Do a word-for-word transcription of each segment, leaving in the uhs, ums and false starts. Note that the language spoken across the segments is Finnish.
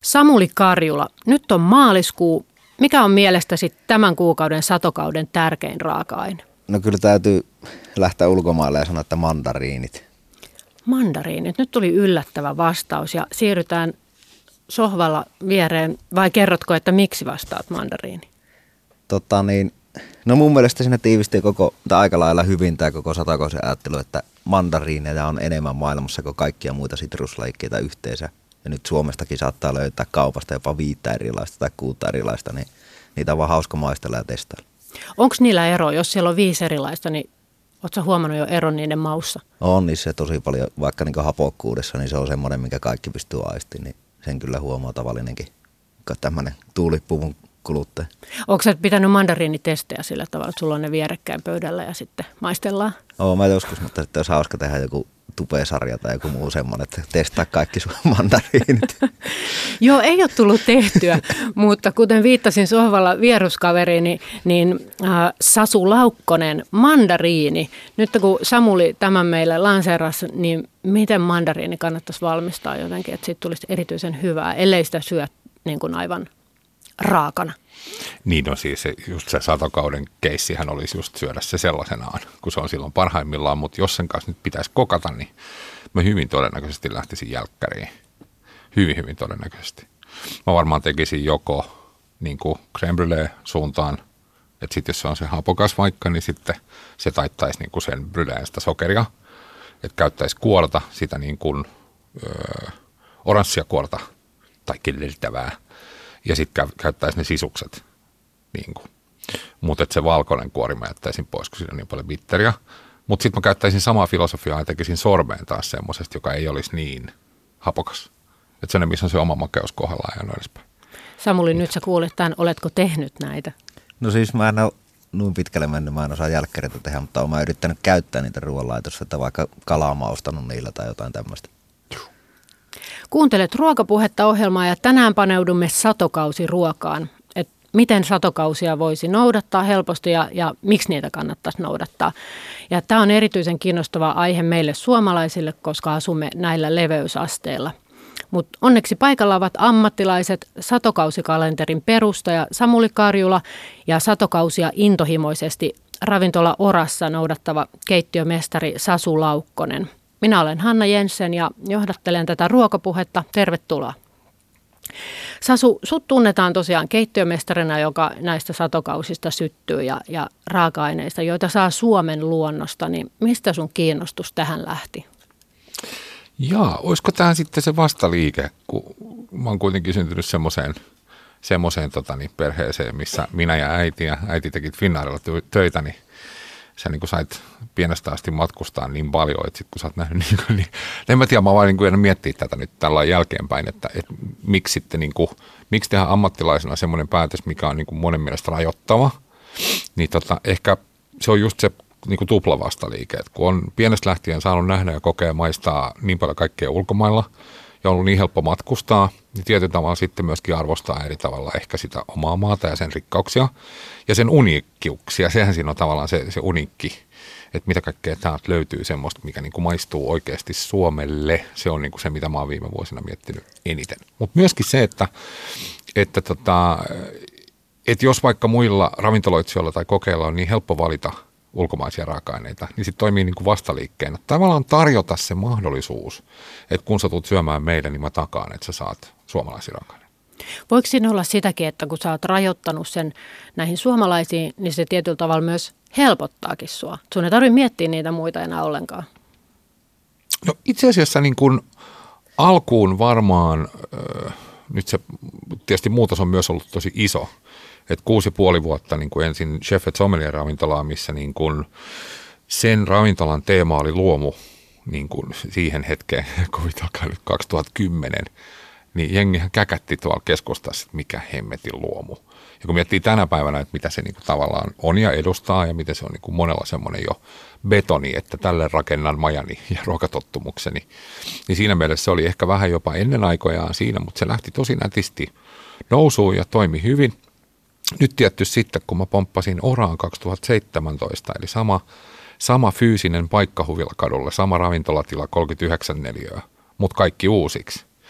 Samuli Karjula, nyt on maaliskuu. Mikä on mielestäsi tämän kuukauden satokauden tärkein raaka-aine? No kyllä täytyy lähteä ulkomaille ja sanoa, että mandariinit. Mandariinit. Nyt tuli yllättävä vastaus ja siirrytään sohvalla viereen. Vai kerrotko, että miksi vastaat mandariini? Tota niin, no mun mielestä siinä tiivistyy koko, tai aika lailla hyvin tämä koko satokausi ajattelu, että mandariineja on enemmän maailmassa kuin kaikkia muita sitruslajikkeita yhteensä. Ja nyt Suomestakin saattaa löytää kaupasta jopa viittä erilaista tai kuutta erilaista, niin niitä on vaan hauska maistella ja testailla. Onko niillä ero, jos siellä on viisi erilaista, niin ootko huomannut jo eron niiden maussa? On niissä tosi paljon, vaikka niin hapokkuudessa, niin se on semmoinen, minkä kaikki pystyy aistimaan, niin sen kyllä huomaa tavallinenkin tämmöinen tuulipuvun kuluttaja. Onko sä pitänyt mandariinitestejä sillä tavalla, että sulla on ne vierekkäin pöydällä ja sitten maistellaan? Oo, mä joskus, mutta sitten olisi hauska tehdä joku tupesarja tai joku muu semmoinen, että testaa kaikki sun mandariinit. Joo, ei ole tullut tehtyä, mutta kuten viittasin sohvalla vieruskaveriin, niin, niin äh, Sasu Laukkonen, mandariini. Nyt kun Samuli tämän meille lanseerasi, niin miten mandariini kannattaisi valmistaa jotenkin, että siitä tulisi erityisen hyvää, ellei sitä syö niin kuin aivan raakana? Niin on siis se, just se satokauden keissihän olisi just syödä se sellaisenaan, kun se on silloin parhaimmillaan, mutta jos sen kanssa nyt pitäisi kokata, niin mä hyvin todennäköisesti lähtisin jälkkäriin. Hyvin, hyvin todennäköisesti. Mä varmaan tekisin joko niin kuin crème brûlée suuntaan, että sitten jos se on se hapokas vaikka, niin sitten se taittaisi niin kuin sen brûléen sitä sokeria, että käyttäisi kuorta sitä niin kuin öö, oranssia kuorta tai kellertävää. Ja sitten käyttäisi ne sisukset. Niin mutta se valkoinen kuori mä jättäisin pois, kun siinä on niin paljon bitteriä. Mutta sitten mä käyttäisin samaa filosofiaa ja tekisin sorbeen taas semmoisesta, joka ei olisi niin hapokas. Että se on, missä on se oma makeus kohdallaan ja noin edespäin. Samuli, nyt sä kuulet tämän. Oletko tehnyt näitä? No siis mä en ole noin pitkälle mennyt, mä en osaa jälkkäreitä tehdä, mutta olen yrittänyt käyttää niitä ruoanlaitossa, että vaikka kalaa mä ostanut niillä tai jotain tämmöistä. Kuuntelet Ruokapuhetta -ohjelmaa ja tänään paneudumme satokausiruokaan. Et miten satokausia voisi noudattaa helposti ja, ja miksi niitä kannattaisi noudattaa. Ja tämä on erityisen kiinnostava aihe meille suomalaisille, koska asumme näillä leveysasteilla. Mutta onneksi paikalla ovat ammattilaiset, satokausikalenterin perustaja Samuli Karjula ja satokausia intohimoisesti ravintola Orassa noudattava keittiömestari Sasu Laukkonen. Minä olen Hanna Jensen ja johdattelen tätä ruokapuhetta. Tervetuloa. Sasu, sut tunnetaan tosiaan keittiömestarina, joka näistä satokausista syttyy ja, ja raaka-aineista, joita saa Suomen luonnosta. Niin mistä sun kiinnostus tähän lähti? Jaa, olisiko tämä sitten se vastaliike, kun mä oon kuitenkin syntynyt semmoiseen semmoiseen tota, niin perheeseen, missä minä ja äiti ja äiti teki Finnairilla töitä, niin sä niin sait pienestä asti matkustaa niin paljon, että sit kun sä oot nähnyt, niin, niin en mä tiedä, mä vaan niin miettiä tätä nyt tällä jälkeenpäin, että, että miksi sitten, niin kuin, miksi tehdään ammattilaisena semmoinen päätös, mikä on niin kuin monen mielestä rajoittava, niin tota, ehkä se on just se niin kuin tupla vastaliike, että kun on pienestä lähtien saanut nähdä ja kokea maistaa niin paljon kaikkea ulkomailla ja on ollut niin helppo matkustaa, niin tietyllä tavalla sitten myöskin arvostaa eri tavalla ehkä sitä omaa maata ja sen rikkauksia ja sen uniikkiuksia. Sehän siinä on tavallaan se, se uniikki, että mitä kaikkea täältä löytyy semmoista, mikä niin kuin maistuu oikeasti Suomelle. Se on niin kuin se, mitä mä oon viime vuosina miettinyt eniten. Mutta myöskin se, että, että, tota, että jos vaikka muilla ravintoloitsijoilla tai kokeilla on niin helppo valita ulkomaisia raaka-aineita, niin sitten toimii niin kuin vastaliikkeenä. Tavallaan tarjota se mahdollisuus, että kun sä tulet syömään meille, niin mä takaan, että sä saat suomalaisia raaka-aineita. Voiko siinä olla sitäkin, että kun sä oot rajoittanut sen näihin suomalaisiin, niin se tietyllä tavalla myös helpottaakin sua? Sun ei tarvitse miettiä niitä muita enää ollenkaan. No itse asiassa niin kuin alkuun varmaan, äh, nyt se tietysti muutos on myös ollut tosi iso, että kuusi ja puoli vuotta niin kuin ensin Chef et Sommelier -ravintolaa, missä niin kuin sen ravintolan teema oli luomu niin kuin siihen hetkeen, kuvitelkaa nyt kaksituhattakymmenen, niin jengihän käkätti tuolla keskustassa, että mikä hemmetin luomu. Ja kun miettii tänä päivänä, että mitä se niin kuin tavallaan on ja edustaa ja miten se on niin kuin monella semmoinen jo betoni, että tälle rakennan majani ja ruokatottumukseni, niin siinä mielessä se oli ehkä vähän jopa ennen aikojaan siinä, mutta se lähti tosi nätisti nousuun ja toimi hyvin. Nyt tietty sitten, kun mä pomppasin Oraan kaksituhattaseitsemäntoista, eli sama, sama fyysinen paikka Huvilakadulle, sama ravintolatila kolmekymmentäyhdeksän neliöä, mutta kaikki uusiksi.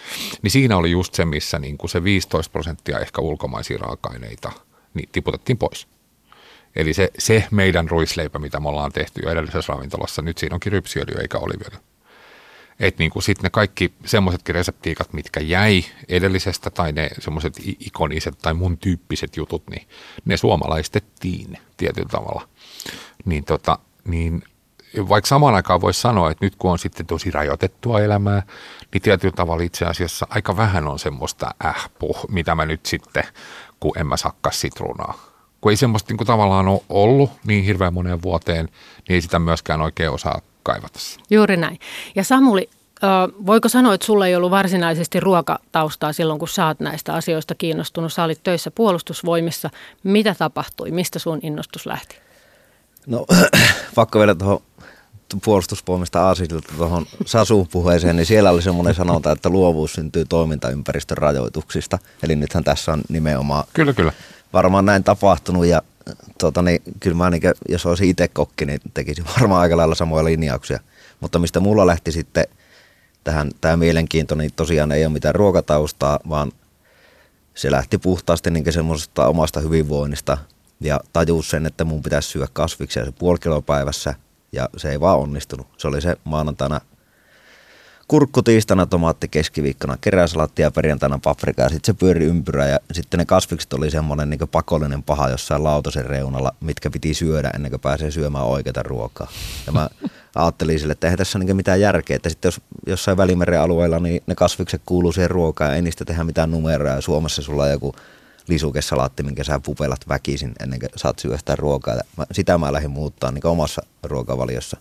Niin siinä oli just se, missä niin kuin se viisitoista prosenttia ehkä ulkomaisia raaka-aineita niin tiputettiin pois. Eli se, se meidän ruisleipä, mitä me ollaan tehty jo edellisessä ravintolassa, nyt siinä onkin rypsiöljy eikä oliiviöljy. Että niin sitten ne kaikki semmoisetkin reseptiikat, mitkä jäi edellisestä tai ne semmoiset ikoniset tai mun tyyppiset jutut, niin ne suomalaistettiin tietyllä tavalla. Niin, tota, niin vaikka samaan aikaan voisi sanoa, että nyt kun on sitten tosi rajoitettua elämää, niin tietyllä tavalla itse asiassa aika vähän on semmoista ähpuh, mitä mä nyt sitten, kun en mä sakkaa sitruunaa. Kun ei semmoista niin kuin tavallaan ole ollut niin hirveän moneen vuoteen, niin ei sitä myöskään oikein osaa kaivata. Juuri näin. Ja Samuli, voiko sanoa, että sulla ei ollut varsinaisesti ruokataustaa silloin, kun sä oot näistä asioista kiinnostunut? Sä olit töissä puolustusvoimissa. Mitä tapahtui? Mistä sun innostus lähti? No, pakko vielä tuohon puolustusvoimista aasilta tuohon Sasun puheeseen, niin siellä oli semmoinen sanonta, että luovuus syntyy toimintaympäristön rajoituksista. Eli nythän tässä on nimenomaan kyllä, kyllä. varmaan näin tapahtunut ja tota, niin, kyllä mä, niin, jos olisin itse kokki, niin tekisin varmaan aika lailla samoja linjauksia. Mutta mistä mulla lähti sitten tähän tämä mielenkiinto, niin tosiaan ei ole mitään ruokataustaa, vaan se lähti puhtaasti niin semmoisesta omasta hyvinvoinnista ja tajus sen, että mun pitäisi syödä kasviksia se puoli kiloa päivässä ja se ei vaan onnistunut. Se oli se maanantaina kurkku, tiistaina tomaatti, keskiviikkona keräsalaatti ja perjantaina paprika ja sitten se pyöri ympyrä ja sitten ne kasvikset oli semmoinen niin pakollinen paha jossain lautasen reunalla, mitkä piti syödä ennen kuin pääsee syömään oikeata ruokaa. Ja mä ajattelin sille, että eihän tässä ole mitään järkeä, että sitten jos jossain Välimeren alueella niin ne kasvikset kuuluu siihen ruokaan ja ei niistä tehdä mitään numeroa ja Suomessa sulla on joku lisukesalaatti, minkä sä pupelat väkisin ennen kuin saat syödä sitä ruokaa. Ja mä, sitä mä lähdin muuttaa niin omassa ruokavaliossa.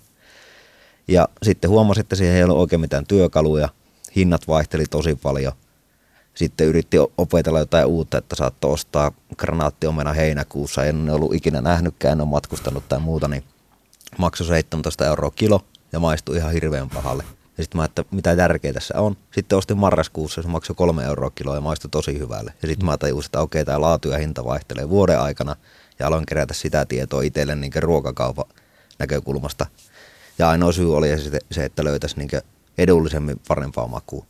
Ja sitten huomasin, että siihen ei ollut oikein mitään työkaluja, hinnat vaihteli tosi paljon. Sitten yritti opetella jotain uutta, että saattoi ostaa granaattiomena heinäkuussa, en ollut ikinä nähnytkään, en ole matkustanut tai muuta, niin maksoi seitsemäntoista euroa kilo ja maistui ihan hirveän pahalle. Ja sitten mä että mitä järkeä tässä on. Sitten ostin marraskuussa, se maksoi kolme euroa kilo ja maistui tosi hyvälle. Ja sitten mä tajusin, että okei, tämä laatu ja hinta vaihtelee vuoden aikana ja aloin kerätä sitä tietoa itselle niin ruokakaupan näkökulmasta. Ja ainoa syy oli se, että löytäisi niin edullisemmin parempaa makua.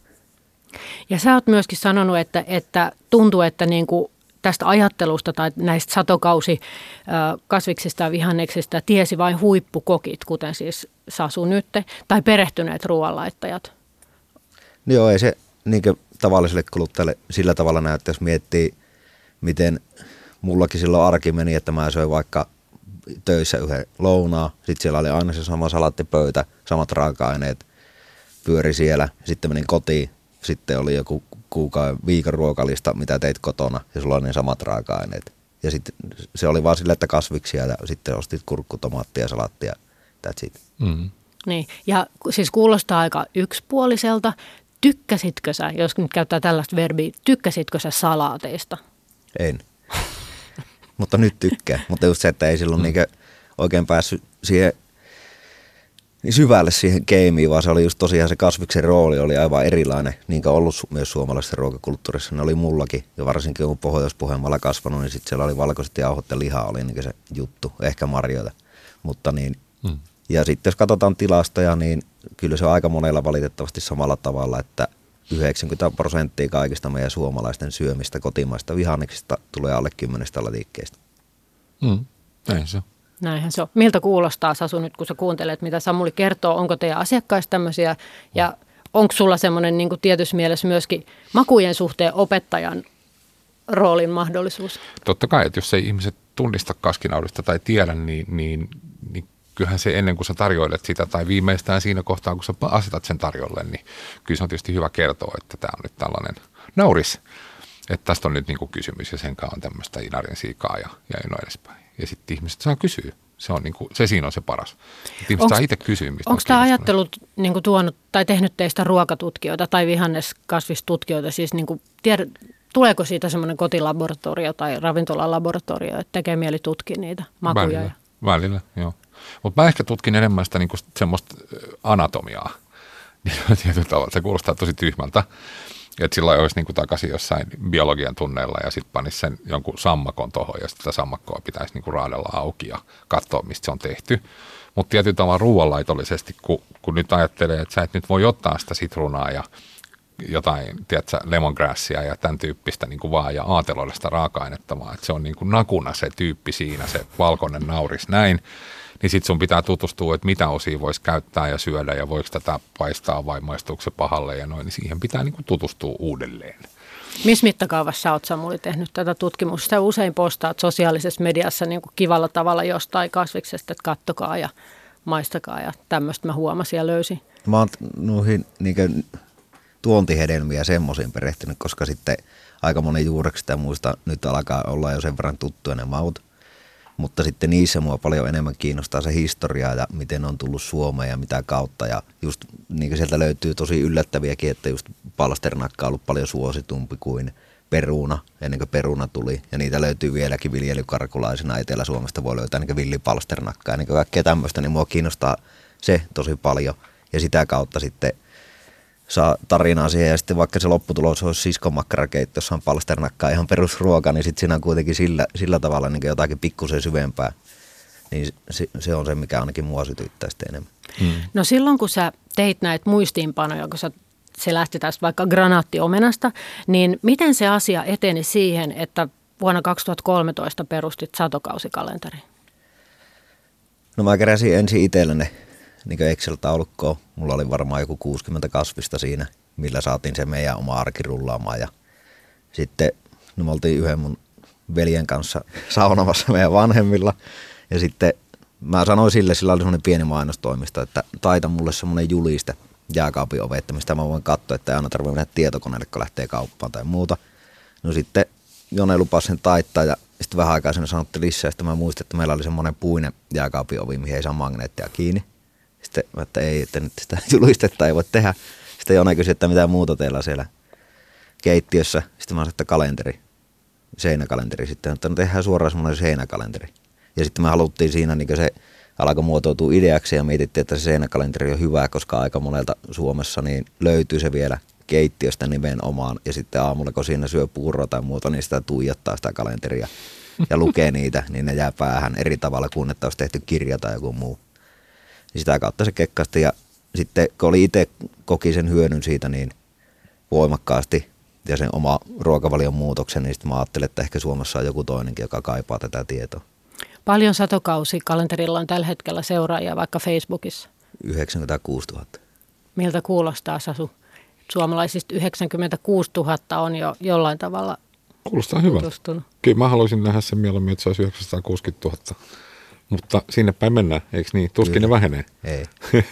Ja sä oot myöskin sanonut, että, että tuntuu, että niin kuin tästä ajattelusta tai näistä satokausikasviksista ja vihanneksista tiesi vain huippukokit, kuten siis Sasu nyt, tai perehtyneet ruoanlaittajat. Joo, ei se niin tavalliselle kuluttajalle sillä tavalla näyttää, jos miettii, miten mullakin silloin arki meni, että mä söin vaikka töissä yhden lounaa, sitten siellä oli aina se sama salaattipöytä, samat raaka-aineet pyöri siellä, sitten menin kotiin, sitten oli joku kuukauden viikon ruokalista, mitä teit kotona, ja sulla oli ne samat raaka-aineet. Ja sitten se oli vaan sille, että kasviksia, ja sitten ostit kurkku, tomaattia, salaattia, that's it. Mm. Niin, ja siis kuulostaa aika yksipuoliselta. Tykkäsitkö sä, jos nyt käyttää tällaista verbiä, tykkäsitkö sä salaateista? En. Mutta nyt tykkää. Mutta just se, että ei silloin mm. niinkö oikein päässyt siihen niin syvälle siihen keimiin, vaan se oli just tosiaan se kasviksen rooli oli aivan erilainen, niin kuin ollut myös suomalaisessa ruokakulttuurissa. Ne oli mullakin, ja varsinkin kun Pohjois-Pohjanmaalla kasvanut, niin sitten siellä oli valkoiset jauhot ja liha oli niin se juttu, ehkä marjoita. Mutta niin, mm. ja sitten jos katsotaan tilastoja, niin kyllä se on aika monella valitettavasti samalla tavalla, että yhdeksänkymmentä prosenttia kaikista meidän suomalaisten syömistä kotimaista vihanneksista tulee alle kymmenestä latikkeesta. Mm. Näin se on. Näinhän se on. Miltä kuulostaa, Sasu, nyt kun sä kuuntelet, mitä Samuli kertoo? Onko teidän asiakkaista tämmöisiä? Ja onko sulla semmoinen niin kuin tietyssä mielessä myöskin makujen suhteen opettajan roolin mahdollisuus? Totta kai, että jos ei ihmiset tunnista kaskinaudista tai tiedä, niin, niin, niin kyllähän se ennen kuin sä tarjoilet sitä tai viimeistään siinä kohtaa, kun sä asetat sen tarjolle, niin kyllä se on tietysti hyvä kertoa, että tämä on nyt tällainen nauris. Että tästä on nyt niin kuin kysymys ja senkaan on tämmöistä inarin siikaa ja, ja noin edespäin. Ja sitten ihmiset saa kysyä. Se, on niin kuin, se siinä on se paras. Että ihmiset onks, saa itse kysyä, mistä onko tämä ajattelu niin kuin tuonut tai tehnyt teistä ruokatutkijoita tai vihanneskasvistutkijoita? Siis niin kuin, tiedä, tuleeko siitä semmoinen kotilaboratorio tai ravintolalaboratorio, että tekee mieli tutkia niitä makuja? Välillä, ja... välillä joo. Mutta mä ehkä tutkin enemmän sitä niin kuin semmoista anatomiaa. Tietyllä tavalla. Se kuulostaa tosi tyhmältä. Että sillä olisi niin kuin takaisin jossain biologian tunneilla ja sitten panisi sen jonkun sammakon tuohon ja sitä sammakkoa pitäisi niin kuin raadella auki ja katsoa, mistä se on tehty. Mutta tietyllä tavalla ruoanlaitollisesti, kun, kun nyt ajattelee, että sä et nyt voi ottaa sitä sitruunaa ja jotain, tiedätkö, lemongrassia ja tämän tyyppistä niin kuin vaan ja aateloida sitä raaka-ainetta vaan, että se on niin kuin nakuna se tyyppi siinä, se valkoinen nauris näin, niin sitten sun pitää tutustua, että mitä osia voisi käyttää ja syödä ja voiko tätä paistaa vai maistuuko se pahalle ja noin, niin siihen pitää niin kuin tutustua uudelleen. Missä mittakaavassa olet, Samuli, tehnyt tätä tutkimusta? Sä usein postaat sosiaalisessa mediassa niin kuin kivalla tavalla jostain kasviksesta, että kattokaa ja maistakaa ja tämmöistä mä huomasin ja löysin. Mä oon noihin niin tuontihedelmiä semmoisiin perehtynyt, koska sitten aika monen juureksi ja muista nyt alkaa olla jo sen verran tuttuja ne maut. Mutta sitten niissä mua paljon enemmän kiinnostaa se historia ja miten on tullut Suomeen ja mitä kautta. Ja just niin sieltä löytyy tosi yllättäviäkin, että just palsternakka on ollut paljon suositumpi kuin peruna, ennen kuin peruna tuli. Ja niitä löytyy vieläkin viljelykarkulaisena. Etelä-Suomesta voi löytää niin villipalsternakkaa ja niin kaikkea tämmöistä, niin mua kiinnostaa se tosi paljon. Ja sitä kautta sitten saa tarinaa siihen, ja sitten vaikka se lopputulos olisi siskonmakkarakeitto, jossa on palsternakkaa ihan perusruoka, niin sitten siinä on kuitenkin sillä, sillä tavalla niin jotakin pikkusen syvempää. Niin se, se on se, mikä ainakin mua sytyttää sitten enemmän. Hmm. No silloin, kun sä teit näitä muistiinpanoja, kun sä, se lähti tästä vaikka granaattiomenasta, niin miten se asia eteni siihen, että vuonna kaksituhattakolmetoista perustit satokausikalenterin? No mä keräsin ensin itselleni niin Excel-taulukkoa. Mulla oli varmaan joku kuusikymmentä kasvista siinä, millä saatiin se meidän oma arki rullaamaan. Ja sitten no me oltiin yhden mun veljen kanssa saunomassa meidän vanhemmilla. Ja sitten mä sanoin sille, sillä oli semmoinen pieni mainostoimisto, että taita mulle semmoinen juliste jääkaapin ovetta, mistä mä voin katsoa, että ei aina tarvitse mennä tietokoneelle, kun lähtee kauppaan tai muuta. No sitten Jone lupasi sen taittaa ja sitten vähän aikaa sen sanotti lisää. Sitten mä muistin, että meillä oli semmoinen puinen jääkaapin ovi, mihin ei saa magneettia kiinni. Sitten että ei, että nyt sitä julistetta ei voi tehdä. Sitten Jone kysyi, että mitä muuta teillä siellä keittiössä. Sitten mä sanoin, että kalenteri, seinäkalenteri. Sitten että no tehdään suoraan semmoinen seinäkalenteri. Ja sitten me haluttiin siinä, niin se alkoi muotoutua ideaksi ja mietittiin, että se seinäkalenteri on hyvä, koska aika monelta Suomessa niin löytyy se vielä keittiöstä nimenomaan. Ja sitten aamulla, kun siinä syö puuroa tai muuta, niin sitä tuijottaa sitä kalenteria ja lukee niitä, niin ne jää päähän eri tavalla kuin, että olisi tehty kirja tai joku muu. Sitä kautta se kekkasti ja sitten kun oli itse koki sen hyödyn siitä niin voimakkaasti ja sen oma ruokavalion muutoksen, niin sitten mä ajattelin, että ehkä Suomessa on joku toinenkin, joka kaipaa tätä tietoa. Paljon satokausi-kalenterilla on tällä hetkellä seuraajia vaikka Facebookissa? yhdeksänkymmentäkuusituhatta. Miltä kuulostaa, Sasu? Suomalaisista yhdeksänkymmentäkuusituhatta on jo jollain tavalla kuulostaa hyvältä. Kyllä mä haluaisin nähdä sen mieluummin, että se olisi yhdeksänsataakuusikymmentätuhatta. Mutta sinne päin mennään, eikö niin? Tuskin Kyllä. ne vähenee. Ei.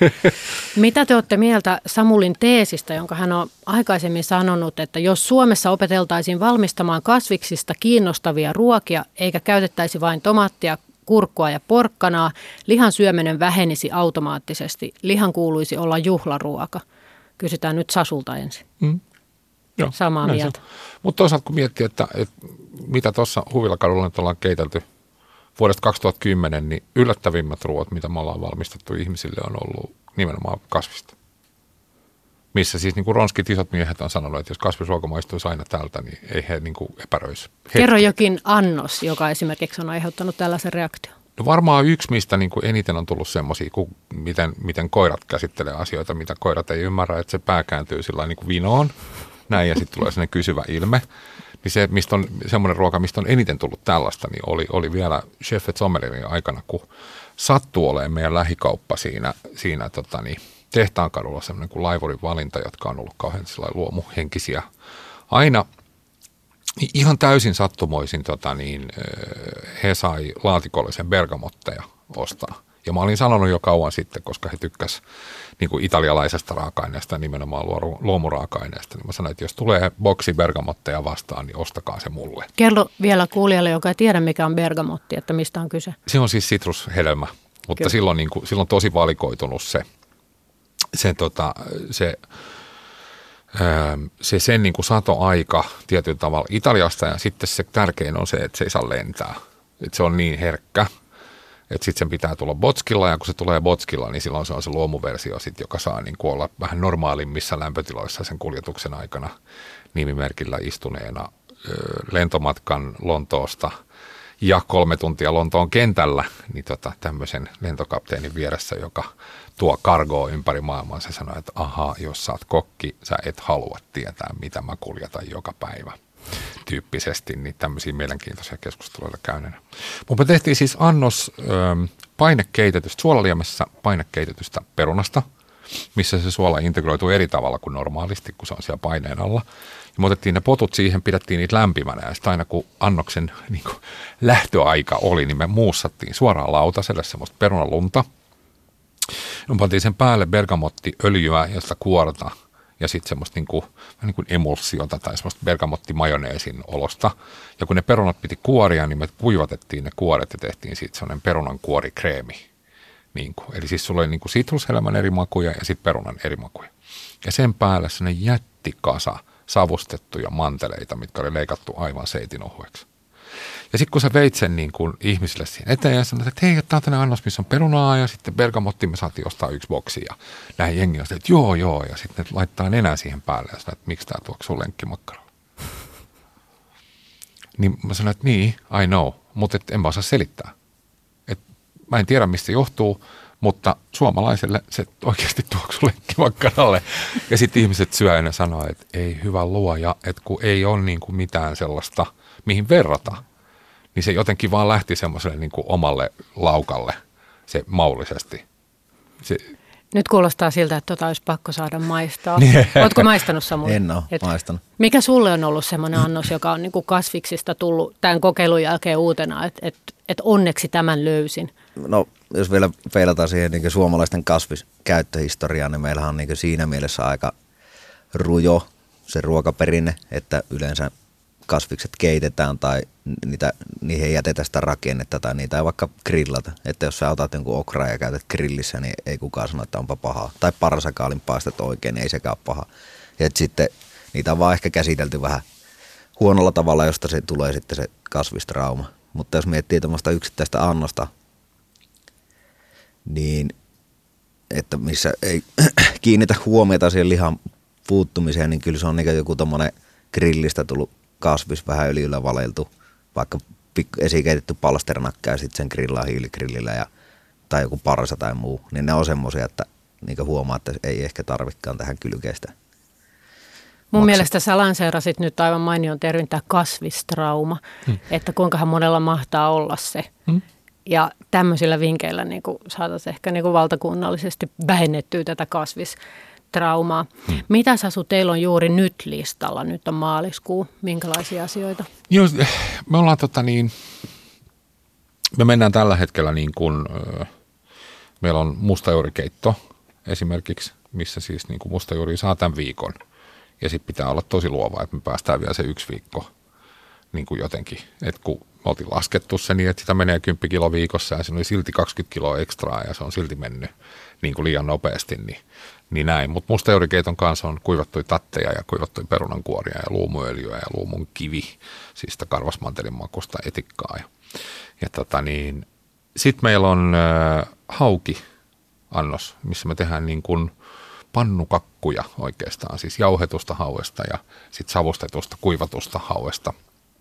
Mitä te olette mieltä Samulin teesistä, jonka hän on aikaisemmin sanonut, että jos Suomessa opeteltaisiin valmistamaan kasviksista kiinnostavia ruokia, eikä käytettäisi vain tomaattia, kurkkua ja porkkanaa, lihan syöminen vähenisi automaattisesti. Lihan kuuluisi olla juhlaruoka. Kysytään nyt Sasulta ensin. Mm. Joo, Samaa mieltä. Mutta toisaalta kun miettii, että, että mitä tuossa Huvilakadulla nyt ollaan keitelty vuodesta kaksituhattakymmenen, niin yllättävimmät ruoat, mitä me ollaan valmistettu ihmisille, on ollut nimenomaan kasvista. Missä siis niin kuin ronskit isot miehet on sanonut, että jos kasvisruoka maistuisi aina tältä, niin ei he niin kuin epäröisi. Kerro jokin annos, joka esimerkiksi on aiheuttanut tällaisen reaktion. No varmaan yksi, mistä niin kuin eniten on tullut semmoisia, miten, miten koirat käsittelee asioita, mitä koirat ei ymmärrä, että se pää kääntyy sillä niin kuin vinoon, näin, ja sitten tulee sellainen kysyvä ilme. Niin se, mistä on semmoinen ruoka, mistä on eniten tullut tällaista, niin oli, oli vielä Chef et Sommelierin aikana, kun sattuu olemaan meidän lähikauppa siinä, siinä tota niin, Tehtaankadulla semmoinen kuin Laivurin valinta, jotka on ollut kauhean luomuhenkisiä. Aina ihan täysin sattumoisin tota niin, he sai laatikollisen bergamotteja ostaa. Ja mä olin sanonut jo kauan sitten, koska he tykkäsivät niin kuin italialaisesta raaka-aineesta, nimenomaan luomuraaka-aineesta. Niin mä sanoin, että jos tulee boksi bergamotteja vastaan, niin ostakaa se mulle. Kerro vielä kuulijalle, joka ei tiedä, mikä on bergamotti, että mistä on kyse. Se on siis sitrushedelmä, mutta silloin, niin kuin, silloin tosi valikoitunut se, se, tota, se, se sen niin kuin satoaika tietyllä tavalla Italiasta. Ja sitten se tärkein on se, että se ei saa lentää. Että se on niin herkkä. Että sitten sen pitää tulla botskilla, ja kun se tulee botskilla, niin silloin se on se luomuversio, sit, joka saa niin olla vähän normaalimmissa lämpötiloissa sen kuljetuksen aikana nimimerkillä istuneena lentomatkan Lontoosta ja kolme tuntia Lontoon kentällä, niin tota, tämmöisen lentokapteenin vieressä, joka tuo kargoa ympäri maailmaa, se sanoi, että ahaa, jos sä oot kokki, sä et halua tietää, mitä mä kuljetan joka päivä. Tyyppisesti, niin tämmöisiä mielenkiintoisia keskusteluja käyneenä. Mutta me tehtiin siis annos ö, painekeitetystä, suolaliemessä painekeitetystä perunasta, missä se suola integroituu eri tavalla kuin normaalisti, kun se on siellä paineen alla. Ja me otettiin ne potut siihen, pidettiin niitä lämpimänä ja sitten aina kun annoksen niin kuin lähtöaika oli, niin me muussattiin suoraan lautaselle semmoista perunalunta. Me pantiin sen päälle bergamottiöljyä ja sitä kuorta ja sitten semmoista niin kuin, niin kuin emulsiota tai semmoista bergamottimajoneesin olosta. Ja kun ne perunat piti kuoria, niin me kuivatettiin ne kuoret ja tehtiin siitä semmoinen perunan kuorikreemi. Niin kuin, eli siis sulla oli niin kuin sitrushelmän eri makuja ja sitten perunan eri makuja. Ja sen päällä semmoinen jättikasa savustettuja manteleita, mitkä oli leikattu aivan seitin ohueksi. Ja sitten kun sä veit sen niin kuin ihmisille siihen eteen ja sanoit, että hei, tämä on tämmöinen annos, missä on perunaa ja sitten bergamotti, me saatiin ostaa yksi boksi ja näin jengi on että joo joo ja sitten ne laittaa nenää siihen päälle ja sanoin, että miksi tämä tuoksuu lenkkimakkaralla. Niin mä sanoin, että niin, I know, mutta en mä osaa selittää. Et mä en tiedä, mistä se johtuu, mutta suomalaiselle se oikeasti tuoksuu lenkkimakkaralle. Ja sitten ihmiset syö ja sanoo, että ei hyvä luoja, että kun ei ole niin kuin mitään sellaista, mihin verrata, niin se jotenkin vaan lähti semmoiselle niin kuin omalle laukalle se maullisesti. Se, Nyt kuulostaa siltä, että tota olisi pakko saada maistaa. Oletko maistanut, Samuli? En ole Et maistanut. Mikä sulle on ollut semmoinen annos, joka on niin kuin kasviksista tullut tämän kokeilun jälkeen uutena, että et, et onneksi tämän löysin? No, jos vielä peilataan siihen niin suomalaisten kasviskäyttöhistoriaan, niin meillähän on niin siinä mielessä aika rujo se ruokaperinne, että yleensä kasvikset keitetään tai niitä, niihin ei jätetä sitä rakennetta tai niitä ei vaikka grillata. Että jos sä otat jonkun okraa ja käytät grillissä, niin ei kukaan sano, että onpa pahaa. Tai parsakaalin paistat oikein, niin ei sekään ole paha. Ja sitten niitä on vaan ehkä käsitelty vähän huonolla tavalla, josta se tulee sitten se kasvistrauma. Mutta jos miettii tuommoista yksittäistä annosta, niin että missä ei kiinnitä huomiota siihen lihan puuttumiseen, niin kyllä se on niin joku tommonen grillistä tullut kasvis vähän öljyllä valeltu, vaikka esikeitetty palsternakka ja sitten sen grillaa hiiligrillillä ja, tai joku parsa tai muu, niin ne on semmoisia, että niin huomaa, että ei ehkä tarvikaan tähän kylkeistä. Mun Maksa. mielestä sä lanseerasit nyt aivan mainion termin tämä kasvistrauma, hmm. että kuinkahan monella mahtaa olla se. Hmm. Ja tämmöisillä vinkkeillä niin saataisiin ehkä niin valtakunnallisesti vähennettyä tätä kasvistraumaa. Hmm. Mitä Sasu, teillä on juuri nyt listalla? Nyt on maaliskuu. Minkälaisia asioita? Joo, me ollaan tota niin, me mennään tällä hetkellä niin kuin, meillä on mustajuurikeitto esimerkiksi, missä siis niin kuin mustajuuri saa tämän viikon. Ja sitten pitää olla tosi luova, että me päästään vielä se yksi viikko niin kuin jotenkin. Että kun me oltiin laskettu se niin, että sitä menee kymmenen kiloa viikossa ja se oli silti kaksikymmentä kiloa ekstraa ja se on silti mennyt niin kuin liian nopeasti, niin, niin näin. Mutta mustajuurikeiton kanssa on kuivattuja tatteja ja kuivattuja perunankuoria ja luumuöljyä ja luumun kivi, siis sitä karvasmantelin makusta etikkaa. Ja, ja tota niin, sitten meillä on äh, hauki-annos, missä me tehdään niin kuin pannukakkuja oikeastaan, siis jauhetusta hauesta ja sitten savustetusta, kuivatusta hauesta.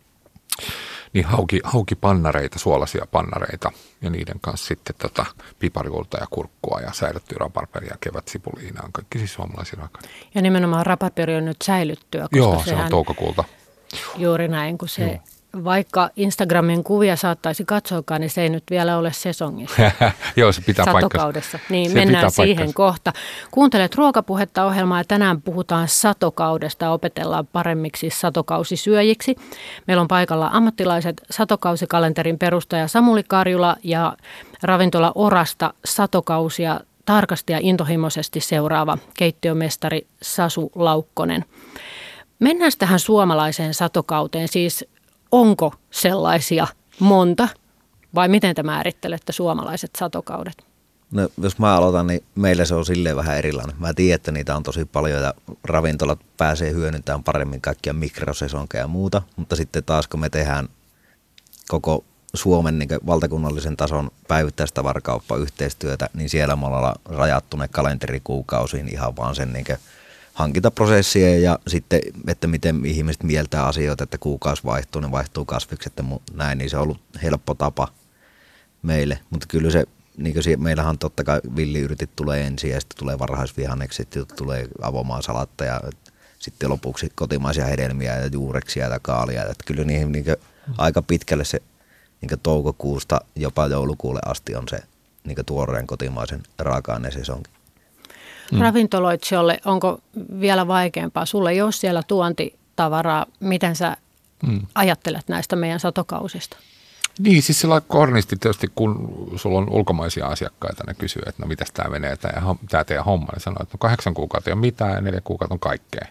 Niin hauki, haukipannareita, suolaisia pannareita ja niiden kanssa sitten tota pipariulta ja kurkkua ja säilyttyä raparperia ja kevätsipuliinaa. Kaikki siis suomalaisia raaka. Ja nimenomaan raparperi on nyt säilyttyä. Koska Joo, se on toukokuulta. Juuri näin, kun se... Joo. Vaikka Instagramin kuvia saattaisi katsoakaan, niin se ei nyt vielä ole sesongissa. Joo, se pitää satokaudessa. paikkansa. Niin, se mennään siihen paikkansa. Kohta. Kuuntelet Ruokapuhetta -ohjelmaa ja tänään puhutaan satokaudesta ja opetellaan paremmiksi satokausisyöjiksi. Meillä on paikalla ammattilaiset satokausikalenterin perustaja Samuli Karjula ja ravintola Orasta satokausia tarkasti ja intohimoisesti seuraava keittiömestari Sasu Laukkonen. Mennään tähän suomalaiseen satokauteen, siis onko sellaisia monta vai miten te määrittelette suomalaiset satokaudet? No, jos mä aloitan, niin meillä se on silleen vähän erilainen. Mä tiedän, että niitä on tosi paljon ja ravintolat pääsee hyödyntämään paremmin kaikkia mikrosesonkeja ja muuta, mutta sitten taas kun me tehdään koko Suomen niin valtakunnallisen tason päivittäistavarakauppa yhteistyötä, niin siellä me ollaan rajattu ne kalenterikuukausiin ihan vaan sen niin hankintaprosessien ja sitten, että miten ihmiset mieltää asioita, että kuukausi vaihtuu, niin vaihtuu kasvikset ja näin, niin se on ollut helppo tapa meille. Mutta kyllä se, niin kuin meillähän on totta kai villiyritit tulee ensin ja sitten tulee varhaisvihannekset, sitten tulee avomaansalatta ja sitten lopuksi kotimaisia hedelmiä ja juureksia ja kaalia. Että kyllä niihin niin kuin aika pitkälle se niin toukokuusta jopa joulukuulle asti on se niin tuoreen kotimaisen raaka-aineen sesonkin. Mm. Ravintoloitsijoille onko vielä vaikeampaa? Sulle ei ole siellä tuontitavaraa. Miten sä mm. ajattelet näistä meidän satokausista? Niin, siis sillä kornisti tietysti, kun sulla on ulkomaisia asiakkaita, ne kysyy, että no mitäs tämä menee, tämä teidän homma, niin sanoo, että no kahdeksan kuukautta ei ole mitään ja neljä kuukautta on kaikkea.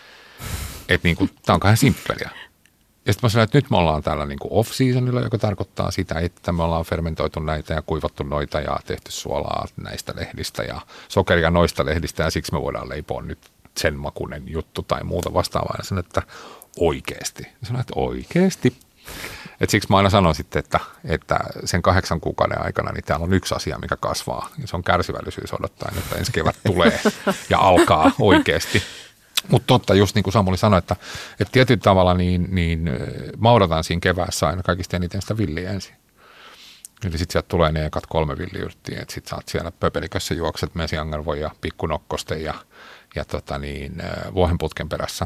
Että niin kuin, tämä on kahden simppeliä. Ja sitten mä sanoin, että nyt me ollaan täällä niin kuin off-seasonilla, joka tarkoittaa sitä, että me ollaan fermentoitu näitä ja kuivattu noita ja tehty suolaa näistä lehdistä ja sokeria noista lehdistä ja siksi me voidaan leipoa nyt sen makuinen juttu tai muuta vastaavaa. Ja sanoin, että oikeasti. Ja sanoin, että oikeasti. Et siksi mä aina sanon sitten, että, että sen kahdeksan kuukauden aikana niin täällä on yksi asia, mikä kasvaa. Ja se on kärsivällisyys odottaen, että ensi kevät tulee ja alkaa oikeasti. Mutta totta, just niin kuin Samuli sanoi, että, että tietyllä tavalla niin, niin mä odotan siinä keväässä aina kaikista eniten sitä villiä ensin. Eli sitten sieltä tulee ne ekat kolme villiyrttiä, että sitten sä oot siellä pöpelikössä juokset mesiangervon ja pikkunokkosten ja, ja tota niin, vuohenputken perässä.